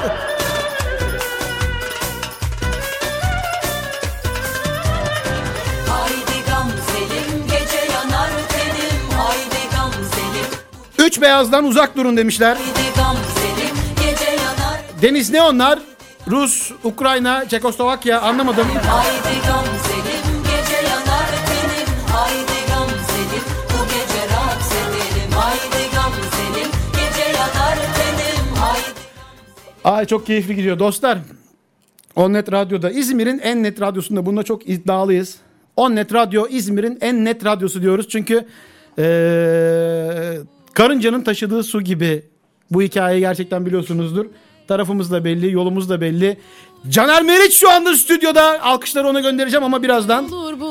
Haydi Gamzelim gece yanar tenim. Haydi Gamzelim. Üç beyazdan uzak durun demişler. Haydi Gamzelim gece yanar. Deniz ne onlar? Rus, Ukrayna, Çekoslovakya, anlamadım. Haydi Gamzelim gece yanar tenim. Haydi Gamzelim bu gece raks edelim. Haydi Gamzelim gece yanar tenim. Haydi. Ay çok keyifli gidiyor dostlar. Onnet Radyo'da, İzmir'in en net radyosunda, bunda çok iddialıyız. Onnet Radyo İzmir'in en net radyosu diyoruz. Çünkü ee, karıncanın taşıdığı su gibi, bu hikayeyi gerçekten biliyorsunuzdur. Tarafımız da belli, yolumuz da belli. Caner Meriç şu anda stüdyoda. Alkışları ona göndereceğim ama birazdan.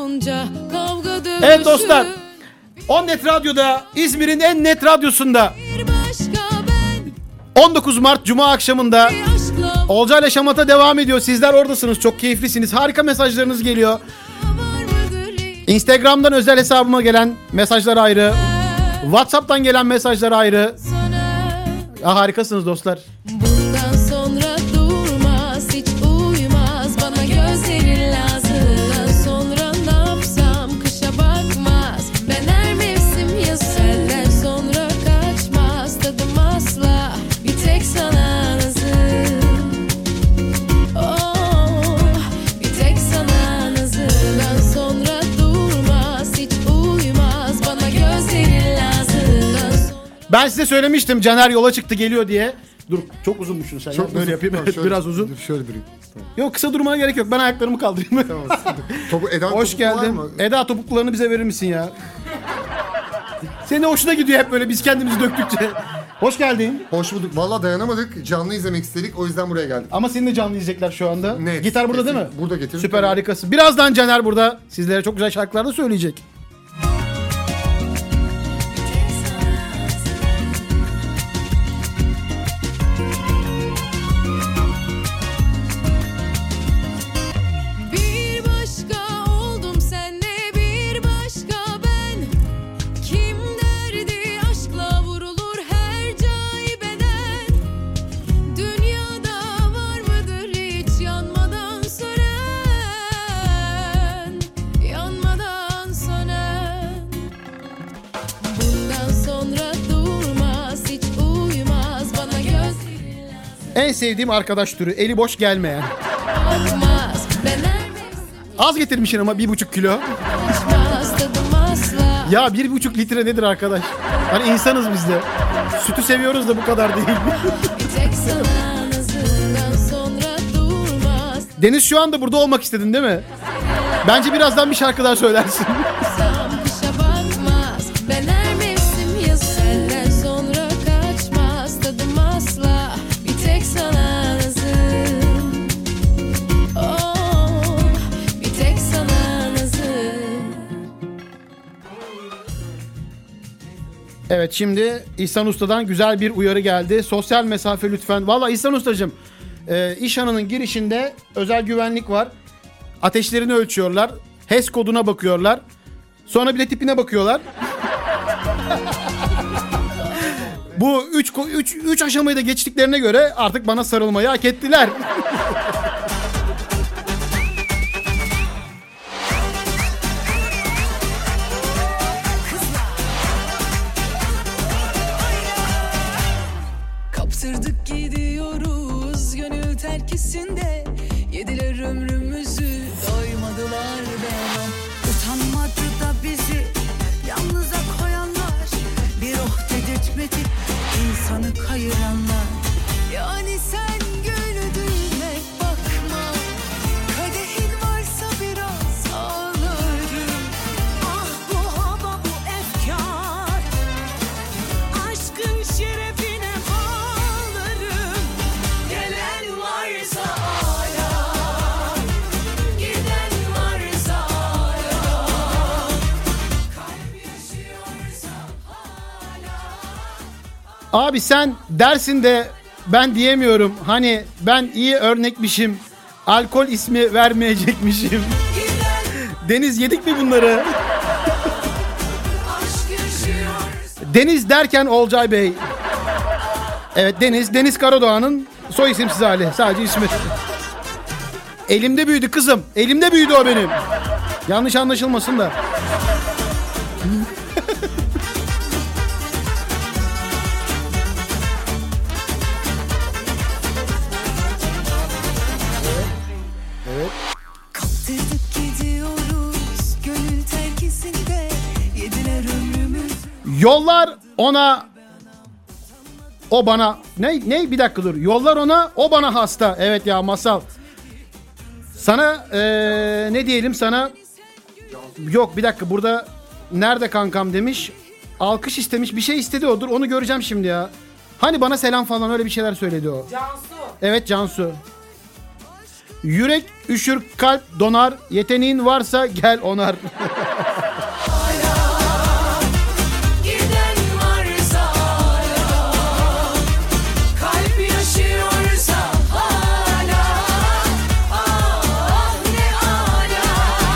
Evet dostlar, Onnet Radyo'da, İzmir'in en net radyosunda, on dokuz Mart Cuma akşamında Olcay'la Şamata devam ediyor. Sizler oradasınız, çok keyiflisiniz. Harika mesajlarınız geliyor. Instagram'dan özel hesabıma gelen mesajlar ayrı. WhatsApp'tan gelen mesajlar ayrı. Ya harikasınız dostlar. Bundan sonra durmaz, hiç uyumaz, bana gözlerin lazım. Bundan sonra ne yapsam kışa bakmaz, ben her mevsim yazım. Senden sonra kaçmaz tadım asla, bir tek sana nazım. Oh, bir tek sana nazım. Bundan sonra durmaz, hiç uyumaz, bana gözlerin lazım. Bundan sonra... Ben size söylemiştim Caner yola çıktı geliyor diye. Dur, çok uzunmuşsun sen. Çok ya. Böyle uzun. yapayım. Tamam, Evet, şöyle- biraz uzun. Dur, şöyle durayım. Tamam. Yok, kısa durmana gerek yok. Ben ayaklarımı kaldırayım. Tamam, Topu, Eda'nın Hoş topuklu var geldin. mı? Eda, topuklarını bize verir misin ya? Senin hoşuna gidiyor hep böyle biz kendimizi döktükçe. Hoş geldin. Hoş bulduk. Valla dayanamadık. Canlı izlemek istedik. O yüzden buraya geldik. Ama seni de canlı izleyecekler şu anda. Net. Gitar burada değil mi? Kesin. Burada getirdim. Süper, harikasın. Birazdan Caner burada sizlere çok güzel şarkılar da söyleyecek. Bir başka oldum senle, bir başka ben. Kim derdi aşkla vurulur her caibeden. Dünyada var mıdır hiç yanmadan sönen, yanmadan sönen. Bundan sonra durmaz, hiç uyumaz, bana gözlerin En sevdiğim arkadaş türü, eli boş gelmeyen. bakmaz, ben her mevsim Az getirmişsin ama bir buçuk kilo. kaçmaz tadım asla. Ya bir buçuk litre nedir arkadaş? Hani insanız biz de. Sütü seviyoruz da bu kadar değil. Bir tek sana nazından sonra durmaz. Deniz, şu anda burada olmak istedin değil mi? Bence birazdan bir şarkı daha söylersin. Sam kışa bakmaz, ben her mevsim yaz. Senden sonra kaçmaz tadım asla, bir tek sana nazım. Oh, bir tek sana nazım. Evet, şimdi İhsan Usta'dan güzel bir uyarı geldi. Sosyal mesafe lütfen. Valla İhsan Usta'cığım, e, İşhan'ın girişinde özel güvenlik var. Ateşlerini ölçüyorlar. H E S koduna bakıyorlar. Sonra bir de tipine bakıyorlar. Bu üç, ko- üç, üç aşamayı da geçtiklerine göre artık bana sarılmayı hak ettiler. Kaptırdık gidiyoruz gönül terkisinde. Yediler ömrümüzü, doymadılar ben. kanı kayıranlar. Yani sen güldüğüme bakma, kadehin varsa biraz ağlarım. Ah bu hava bu efkar, aşkın şerefine bağlarım. Gelen varsa hala, giden varsa hala, kalp yaşıyorsa hala. Abi sen dersin de ben diyemiyorum. Hani ben iyi örnekmişim. Alkol ismi vermeyecekmişim. Deniz yedik mi bunları? Deniz derken Olcay Bey. Evet Deniz. Deniz Karadoğan'ın soy isimsiz hali. Sadece ismi. Elimde büyüdü kızım. Elimde büyüdü o benim. Yanlış anlaşılmasın da. Kaptırdık gidiyoruz gönül terkisinde, yediler ömrümüz. Yollar ona, o bana. Ne ne bir dakika dur. Yollar ona, o bana hasta. Evet ya Masal. Sana ee, ne diyelim sana? Yok bir dakika, burada nerede kankam demiş. Alkış istemiş, bir şey istedi odur. Onu göreceğim şimdi ya. Hani bana selam falan öyle bir şeyler söyledi o. Cansu. Evet Cansu. Yürek üşür, kalp donar. Yeteneğin varsa gel onar. Giden varsa hala, kalp yaşıyorsa hala. Ah ne ala,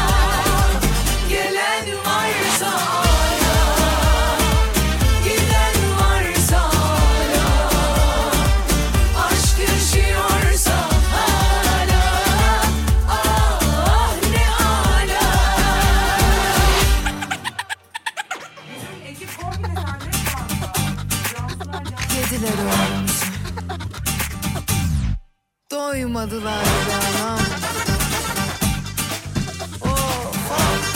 gelen varsa hala, giden varsa hala, aşk yaşıyorsa hala. Ah ne ala. Yediler ömrümüzü, doymadılar bana. Of, of.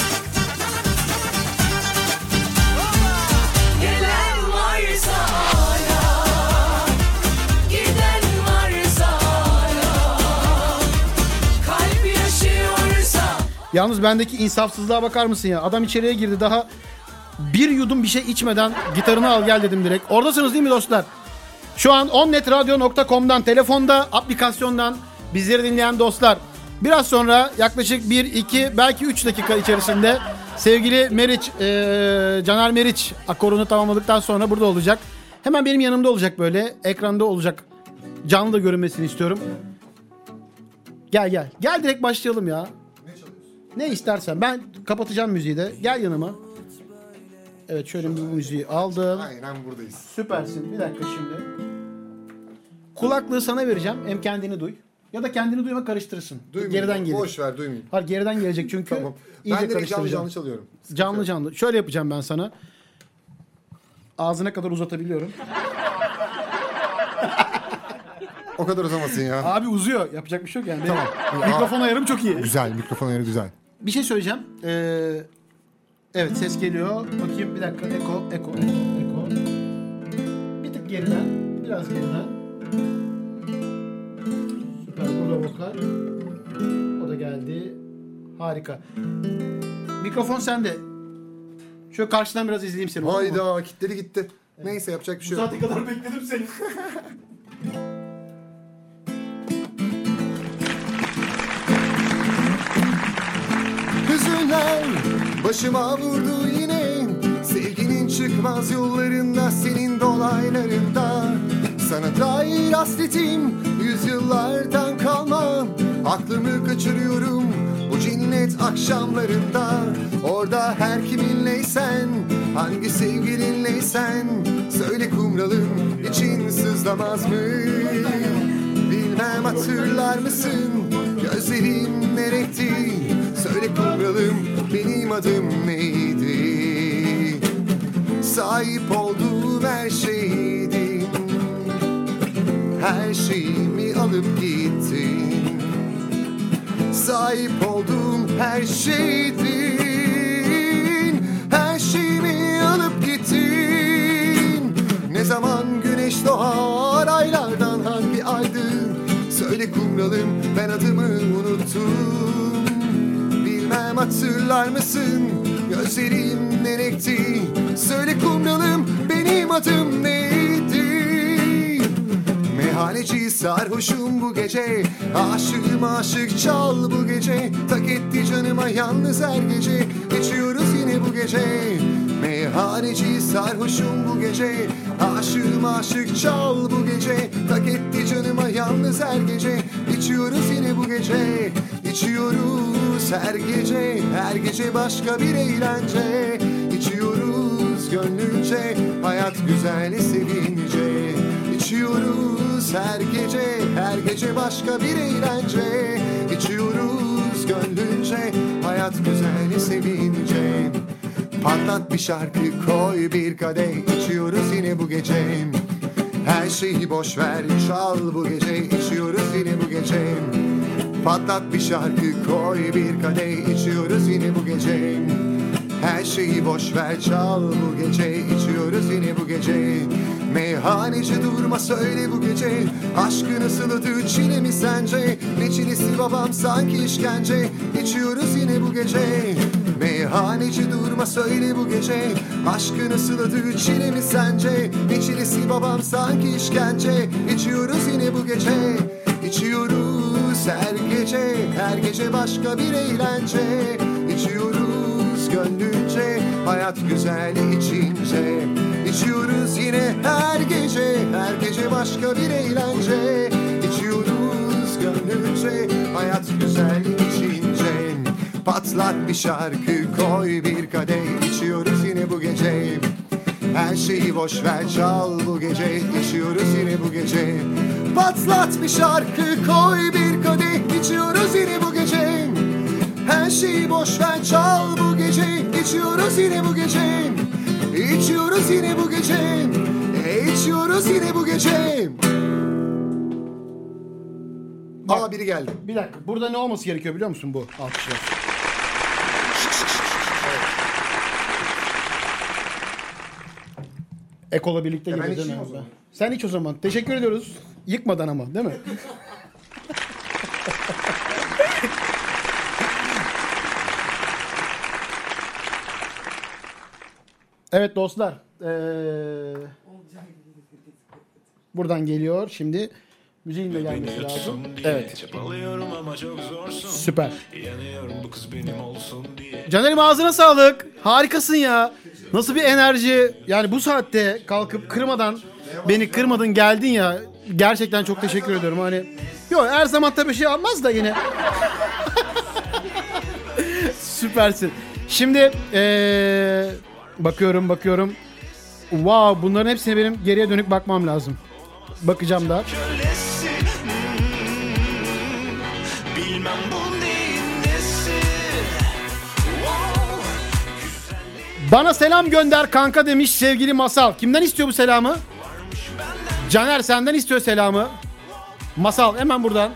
Gelen varsa hala, giden varsa hala, kalp yaşıyorsa. Yalnız bendeki insafsızlığa bakar mısın ya? Adam içeriye girdi, daha bir yudum bir şey içmeden gitarını al gel dedim direkt. Oradasınız değil mi dostlar? Şu an onnetradio nokta com'dan, telefonda, aplikasyondan bizleri dinleyen dostlar. Biraz sonra yaklaşık bir, iki, belki üç dakika içerisinde sevgili Meriç, ee, Caner Meriç akorunu tamamladıktan sonra burada olacak. Hemen benim yanımda olacak, böyle ekranda olacak. Canlı da görünmesini istiyorum. Gel gel. Gel direkt başlayalım ya. Ne çalıyorsun? Ne istersen. Ben kapatacağım müziği de. Gel yanıma. Evet şöyle bir müziği aldım. Aynen buradayız. Süpersin. Bir dakika şimdi. Kulaklığı sana vereceğim. Hem kendini duy. Ya da kendini duyma karıştırırsın. Duymayayım. Geriden gelir. Boş ver duymayayım. Hayır geriden gelecek çünkü. Tamam. iyice Ben de canlı karıştıracağım. canlı çalıyorum. Sıkıntı Canlı yok. canlı. Şöyle yapacağım ben sana. Ağzına kadar uzatabiliyorum. O kadar uzamasın ya. Abi uzuyor. Yapacak bir şey yok yani. Tamam. Mikrofon ayarım çok iyi. Güzel, mikrofon ayarı güzel. Bir şey söyleyeceğim. Ee, evet ses geliyor. Bakayım bir dakika. Eko, eko, eko, eko. Bir tık geriden. Biraz geriden. Süper. Burada vokal. O da geldi. Harika. Mikrofon sende. Şöyle karşıdan biraz izleyeyim seni. olur mu? Hayda, kitleri gitti. Neyse yapacak bir şey Bu yok. saate kadar bekledim seni. Hüzünler başıma vurdu yine. Sevginin çıkmaz yollarında, senin dolaylarında. Sana dair hasretim yüzyıllardan kalma. Aklımı kaçırıyorum bu cinnet akşamlarında. Orada her kiminleysen, hangi sevgilinleysen, söyle kumralım için sızlamaz mı? Bilmem hatırlar mısın gözlerim ne renkti? Söyle kumralım benim adım neydi? Sahip olduğum her şeydin, her şeyimi alıp gittin. Sahip olduğum her şeydin, her şeyimi alıp gittin. Ne zaman güneş doğar Söyle kumralım ben adımı unuttum. Bilmem hatırlar mısın gözlerim ne renkti? Söyle kumralım benim adım neydi? Meyhaneci sarhoşum bu gece, aşığım aşık çal bu gece. Tak etti canıma yalnız her gece, içiyoruz yine bu gece. Meyhaneci sarhoşum bu gece, aşığım aşık çal bu gece. Tak etti canıma yalnız her gece, içiyoruz yine bu gece. İçiyoruz her gece, her gece başka bir eğlence. İçiyoruz gönlünce, hayat güzel sevince. İçiyoruz her gece, her gece başka bir eğlence. İçiyoruz gönlünce, hayat güzel sevince. Patlat bir şarkı koy bir kadeh, içiyoruz yine bu gece. Her şeyi boş ver çal bu gece, içiyoruz yine bu gece. Patlat bir şarkı koy bir kadeh, içiyoruz yine bu gece. Her şeyi boş ver çal bu gece, içiyoruz yine bu gece. Meyhaneci durma söyle bu gece, aşkın ısıladığı çile mi sence? Ne çilesi babam sanki işkence, içiyoruz yine bu gece. Meyhaneci durma söyle bu gece, aşkın ısıladığı çile mi sence? Ne çilesi babam sanki işkence, içiyoruz yine bu gece. İçiyoruz her gece, her gece başka bir eğlence. İçiyoruz gönlünce, hayat güzel içince. İçiyoruz yine her gece, her gece başka bir eğlence. İçiyoruz gönlünce, hayat güzel içince. Patlat bir şarkı koy bir kadeh, içiyoruz yine bu gece. Her şeyi boş ver çal bu gece, içiyoruz yine bu gece. Patlat bir şarkı koy bir kadeh, içiyoruz yine bu gece. Her şeyi boş ver çal bu gece, içiyoruz yine bu gece. İçiyoruz yine bu gece, içiyoruz yine bu gece. Aa biri geldi. Bir dakika, burada ne olması gerekiyor biliyor musun bu alkışlar? Eko'la birlikte E ben gidiyoruz değil içeyim mi? o zaman. Sen iç o zaman. Teşekkür ediyoruz. Yıkmadan ama değil mi? Evet dostlar. Ee, buradan geliyor. Şimdi müziğin de gelmesi lazım. Evet. Süper. Caner'im ağzına sağlık. Harikasın ya. Nasıl bir enerji. Yani bu saatte kalkıp kırmadan beni kırmadın geldin ya. Gerçekten çok teşekkür ediyorum. Hani yok her zaman tabii şey almaz da yine. Süpersin. Şimdi ee, bakıyorum bakıyorum. Wow, bunların hepsine benim geriye dönük bakmam lazım. Bakacağım da. Bana selam gönder kanka demiş sevgili Masal. Kimden istiyor bu selamı? Caner senden istiyor selamı. Masal hemen buradan.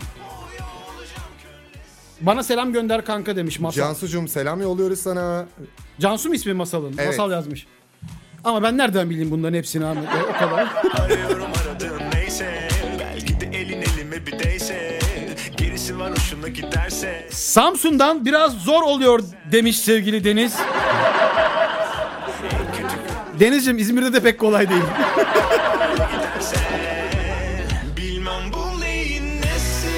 Bana selam gönder kanka demiş Masal. Cansucuğum selam yolluyoruz sana. Cansu mu ismi Masal'ın? Evet. Masal yazmış. Ama ben nereden bileyim bunların hepsini Ahmet? O kadar. Arıyorum aradığım neyse, belki de elin elime bir değse, gerisi var hoşuna giderse. Samsun'dan biraz zor oluyor demiş sevgili Deniz. Denizciğim İzmir'de de pek kolay değil. Bilmem bu neyin nesi.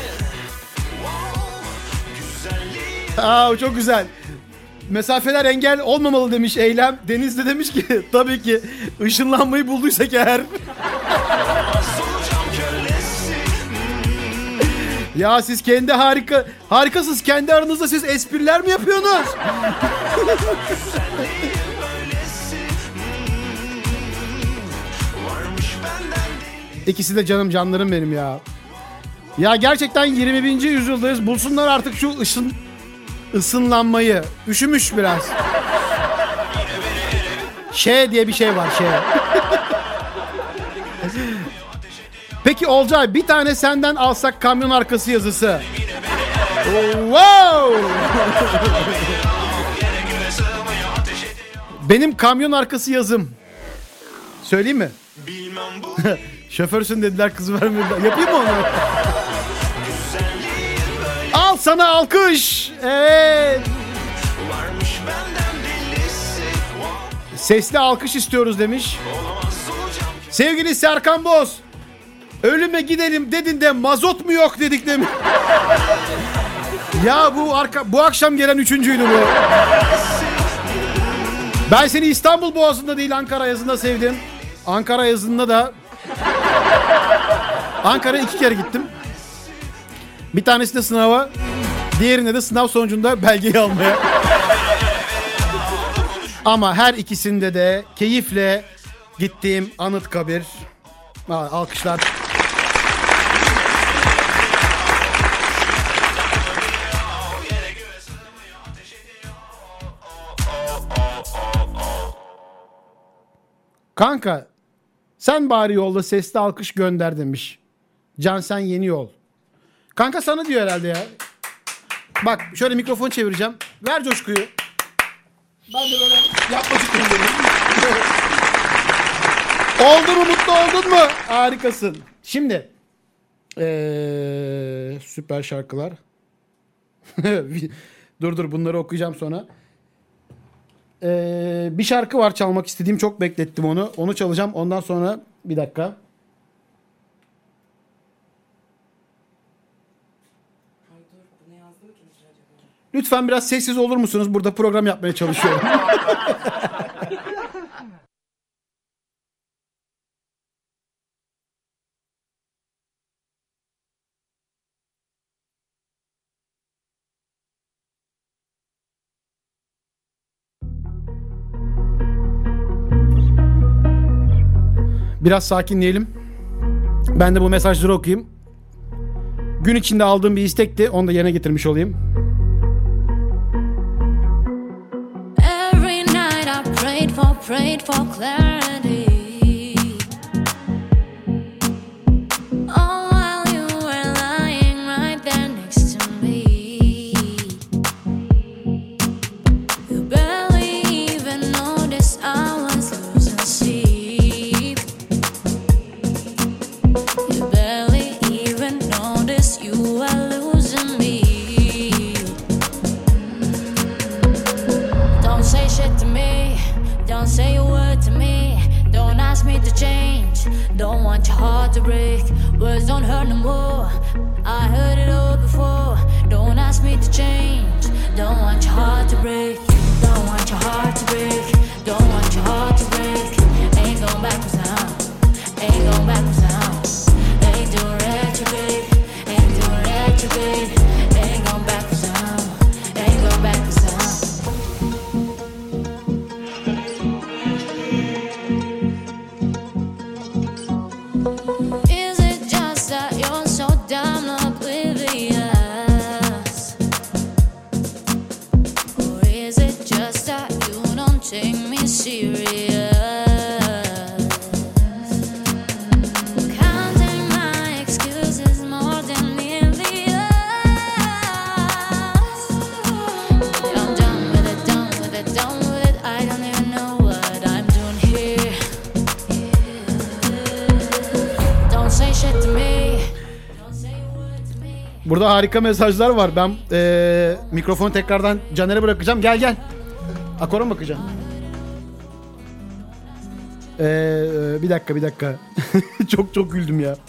Aa çok güzel. Mesafeler engel olmamalı demiş Eylem. Deniz de demiş ki tabii ki ışınlanmayı bulduysak eğer. Ya siz kendi harika harikasınız. Kendi aranızda siz espriler mi yapıyorsunuz? İkisi de canım canlarım benim ya. Ya gerçekten yirmi birinci yüzyıldayız. Bulsunlar artık şu ışın ısınlanmayı. Üşümüş biraz. Şey diye bir şey var şey. Peki Olcay bir tane senden alsak kamyon arkası yazısı. Wow! Benim kamyon arkası yazım. Söyleyeyim mi? Şoförsün dediler kızı vermediler. Yapayım mı onu? Al sana alkış. Evet. Varmış benden delisi. Sesli alkış istiyoruz demiş. Sevgili Serkan Boz. Ölüme gidelim dedin de mazot mu yok dedik demiş. Ya bu arka bu akşam gelen üçüncüydü bu. Ben seni İstanbul Boğazı'nda değil Ankara yazında sevdim. Ankara yazında da Ankara'ya iki kere gittim. Bir tanesinde sınava, diğerinde de sınav sonucunda belgeyi almaya. Ama her ikisinde de keyifle gittiğim Anıtkabir. Alkışlar. Kanka sen bari yolda sesli alkış gönder demiş. Cansen Yeni Yol. Kanka sana diyor herhalde ya. Bak şöyle mikrofon çevireceğim. Ver coşkuyu. Ben de böyle yapmacık gönderiyorum. Oldu mu, mutlu oldun mu? Harikasın. Şimdi ee, süper şarkılar. dur dur bunları okuyacağım sonra. Ee, bir şarkı var çalmak istediğim, çok beklettim onu. Onu çalacağım. Ondan sonra bir dakika. Lütfen biraz sessiz olur musunuz? Burada program yapmaya çalışıyorum. Biraz sakinleyelim. Ben de bu mesajları okuyayım. Gün içinde aldığım bir istekti. Onu da yerine getirmiş olayım. Every night I prayed for, prayed for clarity. All while you were lying right there next to me. You barely even noticed I was losing sleep. You barely even noticed you were losing me. Don't say shit to me, don't say a word to me, don't ask me to change, don't want your heart to break, words don't hurt no more, I heard it all before, don't ask me to change, don't want your heart to break, don't want your heart to break, don't want your heart to break, ain't going backwards now, ain't going backwards now, ain't doing retrograde, ain't doing retrograde, ain't going backwards now, ain't going backwards now. Is it just that you're so damn oblivious? Or is it just that you don't take me serious? Counting my excuses more than nearly us. I'm done with it, done with it, done with it. I don't even know what I'm doing here. Don't say shit to me. Burada harika mesajlar var. Ben ee, mikrofonu tekrardan Caner'e bırakacağım. Gel gel. Akora mı bakacağım? Ee, bir dakika bir dakika. çok çok güldüm ya.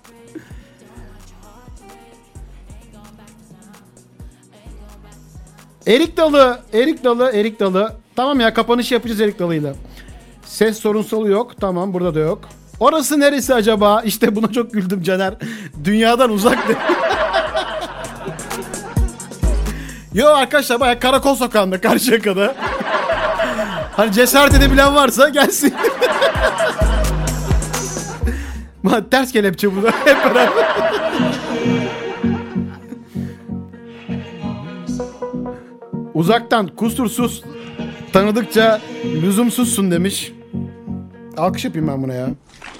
Erik Dalı, Erik Dalı, Erik Dalı. Tamam ya, kapanışı yapacağız Erik Dalı'yla. Ses sorunsalı yok. Tamam, burada da yok. Orası neresi acaba? İşte buna çok güldüm Caner. Dünyadan uzak. Yo arkadaşlar, bayağı Karakol Sokağı'nda, Karşıyaka'da. Hani cesaret edebilen varsa gelsin. Ters kelepçe burada. Hep beraber. Uzaktan kusursuz, tanıdıkça lüzumsuzsun demiş. Alkış yapayım ben buna ya.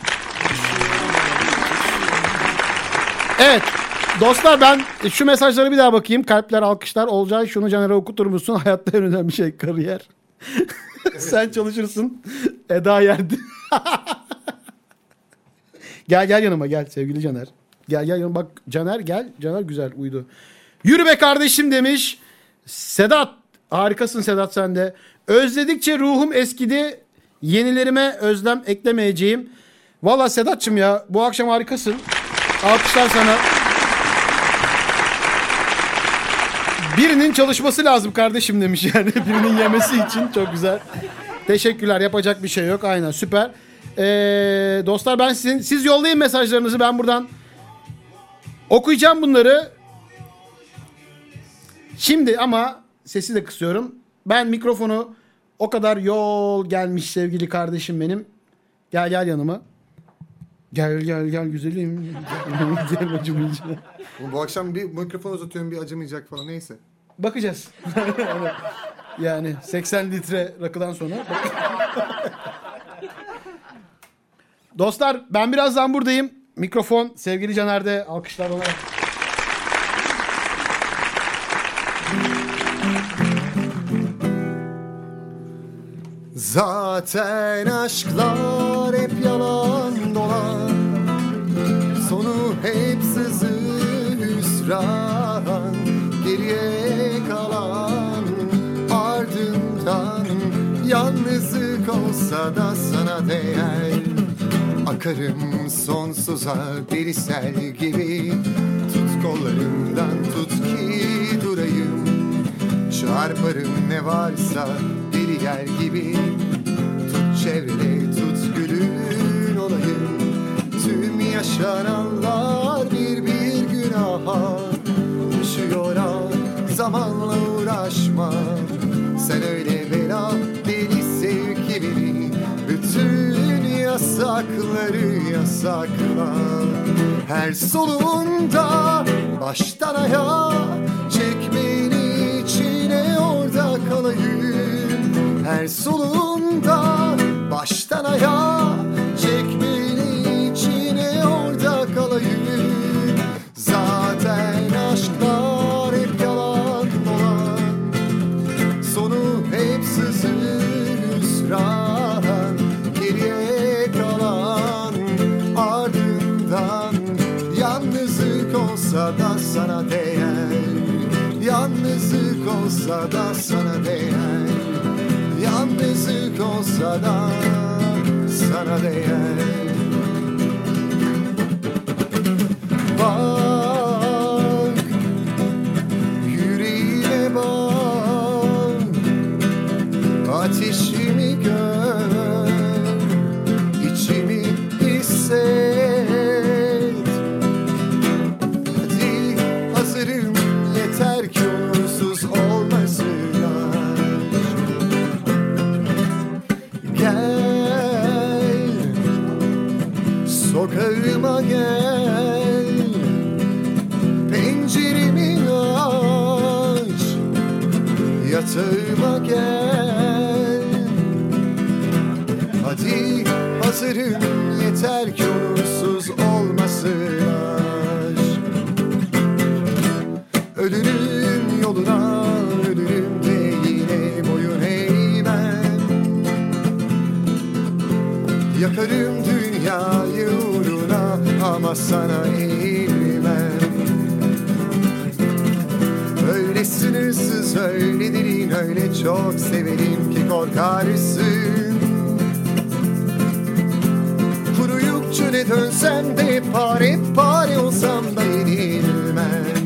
Evet. Dostlar, ben şu mesajlara bir daha bakayım. Kalpler, alkışlar. Olcay, şunu Caner'e okutur musun? Hayatta en önemli şey kariyer. Sen çalışırsın. Eda yerde. Gel gel yanıma gel sevgili Caner. Gel gel yanıma, bak Caner gel. Caner güzel uydu. Yürü be kardeşim demiş. Sedat. Harikasın Sedat sen de. Özledikçe ruhum eskidi. Yenilerime özlem eklemeyeceğim. Valla Sedat'cığım ya bu akşam harikasın. Alkışlar sana. Birinin çalışması lazım kardeşim demiş yani. Birinin yemesi için çok güzel. Teşekkürler, yapacak bir şey yok. Aynen, süper. Ee, dostlar ben sizin, siz yollayın mesajlarınızı, ben buradan okuyacağım bunları. Şimdi ama sesi de kısıyorum. Ben mikrofonu, o kadar yol gelmiş sevgili kardeşim benim. Gel gel yanıma. Gel gel gel güzelim. Gel acımayacak. Bu akşam bir mikrofon uzatıyorum, bir acımayacak falan, neyse. Bakacağız. Yani seksen litre rakıdan sonra. Dostlar ben birazdan buradayım. Mikrofon sevgili Caner'de. Alkışlar ona. Zaten aşklar hep yalan dolan, sonu hep sızı hüsran, geriye kalan ardından yalnızlık olsa da sana değer. Akarım sonsuza deli sel gibi, tut kollarımdan tut ki durayım. Çarparım ne varsa deli yer gibi, tut çevrele tut gülün olayım. Tüm yaşananlar bir bir günaha düşüyor ha, zamanla uğraşma. Sen öyle bela deli sevgi beni, bütün yasakları yasakla. Her solunda baştan ayağa çek beni içine, orada kalayım. Her solunda baştan ayağa çek beni içine, orada kalayım. Zaten aşklar hep yalan dolan, sonu hep sızı hüsran, geriye kalan ardından yalnızlık olsa da sana değer. Yalnızlık olsa da sana değer. Yalnızlık olsa da sana değer. Bak, yüreğime bak, ateşimi gör, içimi hisset. Hadi hazırım, yeter ki onsuz olmasın. Gel, sokağıma gel, penceremi aç, yatağıma gel. Hadi hazırım, yeter ki onsuz olmasın aşk. Ölürüm yoluna, ölürüm de yine boyun eğmem. Yakarım dünyayı uğruna ama sana eğilmem. Öyle sınırsız, öyle derin, öyle çok severim ki korkarsın. Kuruyup çöle dönsem de pare pare olsam da yenilmem.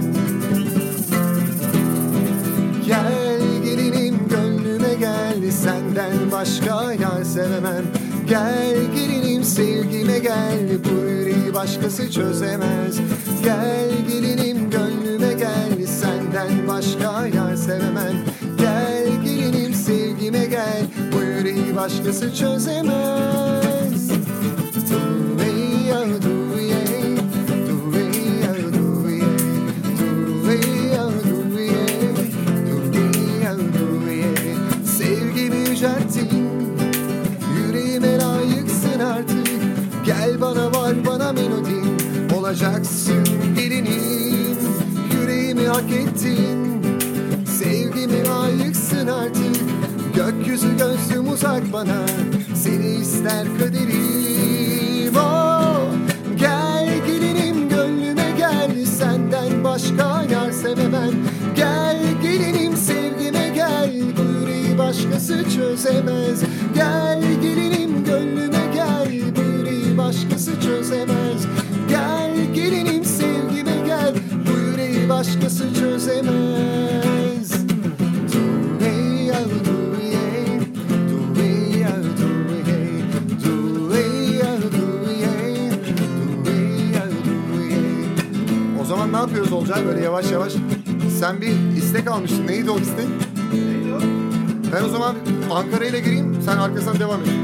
Gel gelinim gönlüme gel, senden başka yar sevemem. Gel gelinim sevgime gel, bu yüreği başkası çözemez. Gel gelinim gönlüme gel, senden başka yar sevemem. Gel gelinim sevgime gel, bu yüreği başkası çözemez. Du-ve-ya, du-ye, du-ve-ya, du-ye, du-ve-ya, du-ye, du-ve-ya, du-ye. Sevgimi yücelttin, yüreğime layıksın artık. Gel bana var bana melodim, olacaksın gelinim. Yüreğimi hak ettin, sevgimi layıksın artık. Gökyüzü gözlüm uzak bana, seni ister kaderim. Oh, gel gelinim gönlüme gel, senden başka yar çözsem hemen. Gel gelinim sevgime gel, bu yüreği başkası çözemez. Gel gelinim gönlüme gel, bu yüreği başkası çözemez. Gel gelinim sevgime gel, bu yüreği başkası çözemez. O zaman ne yapıyoruz Olcay böyle yavaş yavaş? Sen bir istek almıştın. Neydi o istek? Neydi o? Ben o zaman Ankara ile gireyim. Sen arkasından devam et.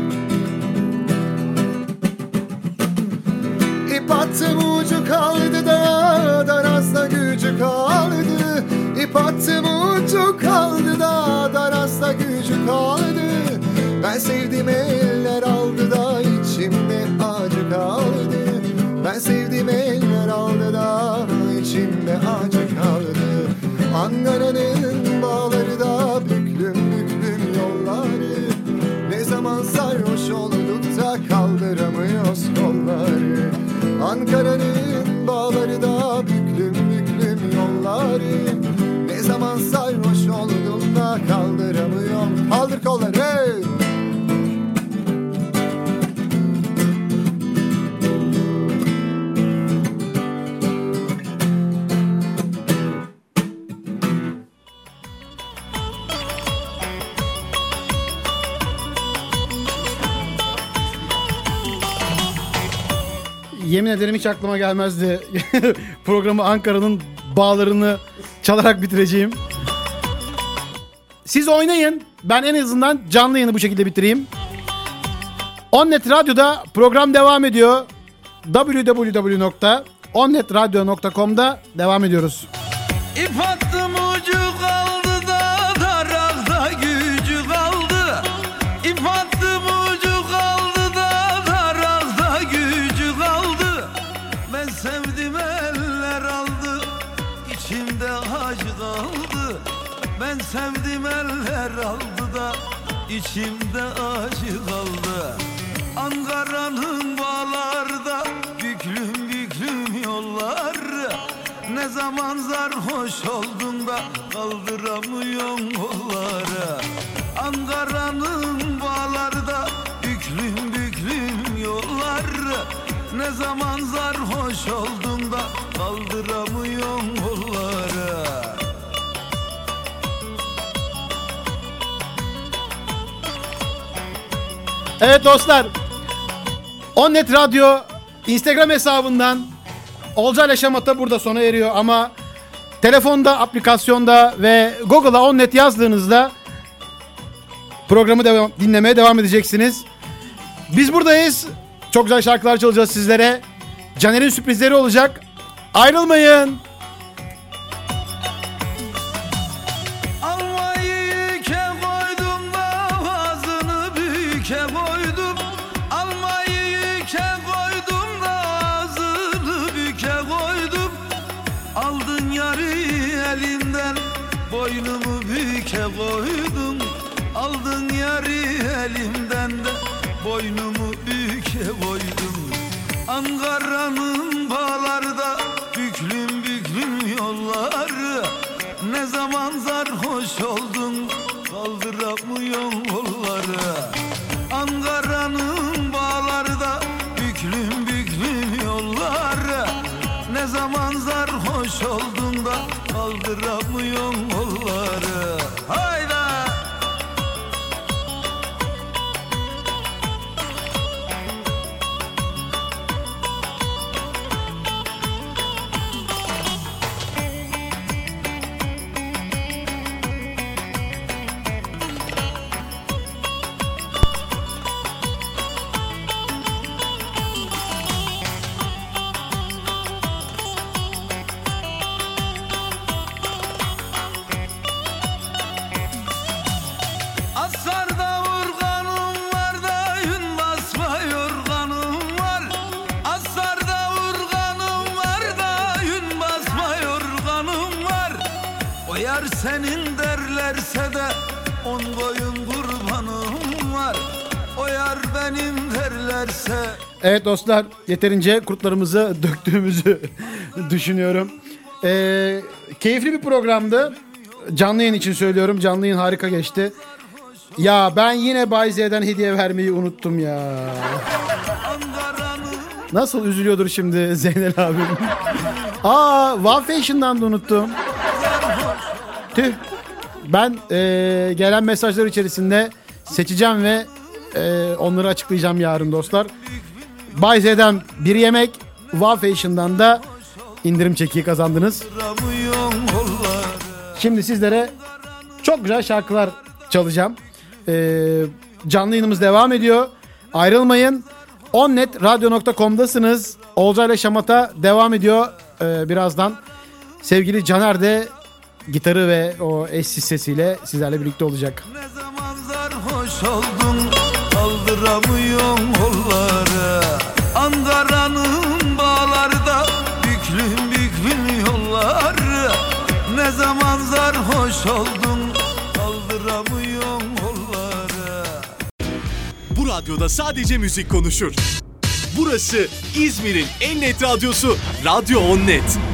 İp attım ucu kaldı da darasta gücü kaldı. İp attım ucu kaldı da darasta gücü kaldı. Ben sevdim eller aldı da içimde acı kaldı. Ben sevdim eller aldı da içimde acı kaldı. Ankara'nın bağları da büklüm büklüm yolları. Ne zaman sarhoş olduk da kaldıramıyoruz kolları. Ankara'nın bağları da büklüm büklüm yolları. Ne zaman sarhoş oldum da kaldıramıyorum. Kaldır kolları hey! Yemin ederim hiç aklıma gelmezdi. Programı Ankara'nın bağlarını çalarak bitireceğim. Siz oynayın. Ben en azından canlı yayını bu şekilde bitireyim. Onnet Radyo'da program devam ediyor. double-u double-u double-u nokta onnet radyo nokta com'da devam ediyoruz. İp attım ucu kaldı da darakta gücü kaldı. İp attım ucu kaldı da darakta gücü kaldı. Ben sevdim eller aldı, içimde acı kaldı. Ben sevdim eller aldı da içimde acı kaldı. Ankara'nın bağlarda büklüm büklüm yollar. Ne zaman sarhoş oldun da kaldıramıyorsun kolları. Ankara'nın bağlarda büklüm büklüm yollar. Ne zaman sarhoş oldun da kaldıramıyorsun kolları. Evet dostlar, Onnet Radyo Instagram hesabından Olcay ile Şamata burada sona eriyor ama telefonda, aplikasyonda ve Google'a Onnet yazdığınızda programı devam, dinlemeye devam edeceksiniz. Biz buradayız. Çok güzel şarkılar çalacağız sizlere. Caner'in sürprizleri olacak. Ayrılmayın. Boynumu büke koydum, aldın yarı elimden de boynumu büke koydum. Ankara'nın bağlarda büklüm büklüm yolları. Ne zaman sarhoş oldun kaldıramıyorsun kolları. Ankara'nın bağlarda büklüm büklüm yolları. Ne zaman sarhoş oldun da kaldıramıyorsun kolları. Hayda! Senin derlerse de on koyun kurbanım var. O yar benim derlerse. Evet dostlar, yeterince kurtlarımızı döktüğümüzü düşünüyorum. Ee, keyifli bir programdı. Canlı yayın için söylüyorum. Canlı yayın harika geçti. Ya ben yine Bay Z'den hediye vermeyi unuttum ya. Nasıl üzülüyordur şimdi Zeynel abim. Aa, Wow Fashion'dan da unuttum. Tüh. Ben e, gelen mesajlar içerisinde seçeceğim ve e, onları açıklayacağım yarın dostlar. Bay Z'den bir yemek, Wow Fashion'dan da indirim çeki kazandınız. Şimdi sizlere çok güzel şarkılar çalacağım. Ee, canlı yayınımız devam ediyor. Ayrılmayın. onnet radyo nokta com'dasınız. Olcay ile Şamata devam ediyor ee, birazdan. Sevgili Caner de gitarı ve o eşsiz sesiyle sizlerle birlikte olacak. Ne zaman sarhoş oldun, kaldıramıyorum kolları. Ankara'nın bağlarda büklüm büklüm yolları. Ne zaman sarhoş oldun, kaldıramıyorum kolları. Bu radyoda sadece müzik konuşur. Burası İzmir'in en net radyosu Radyo On Net.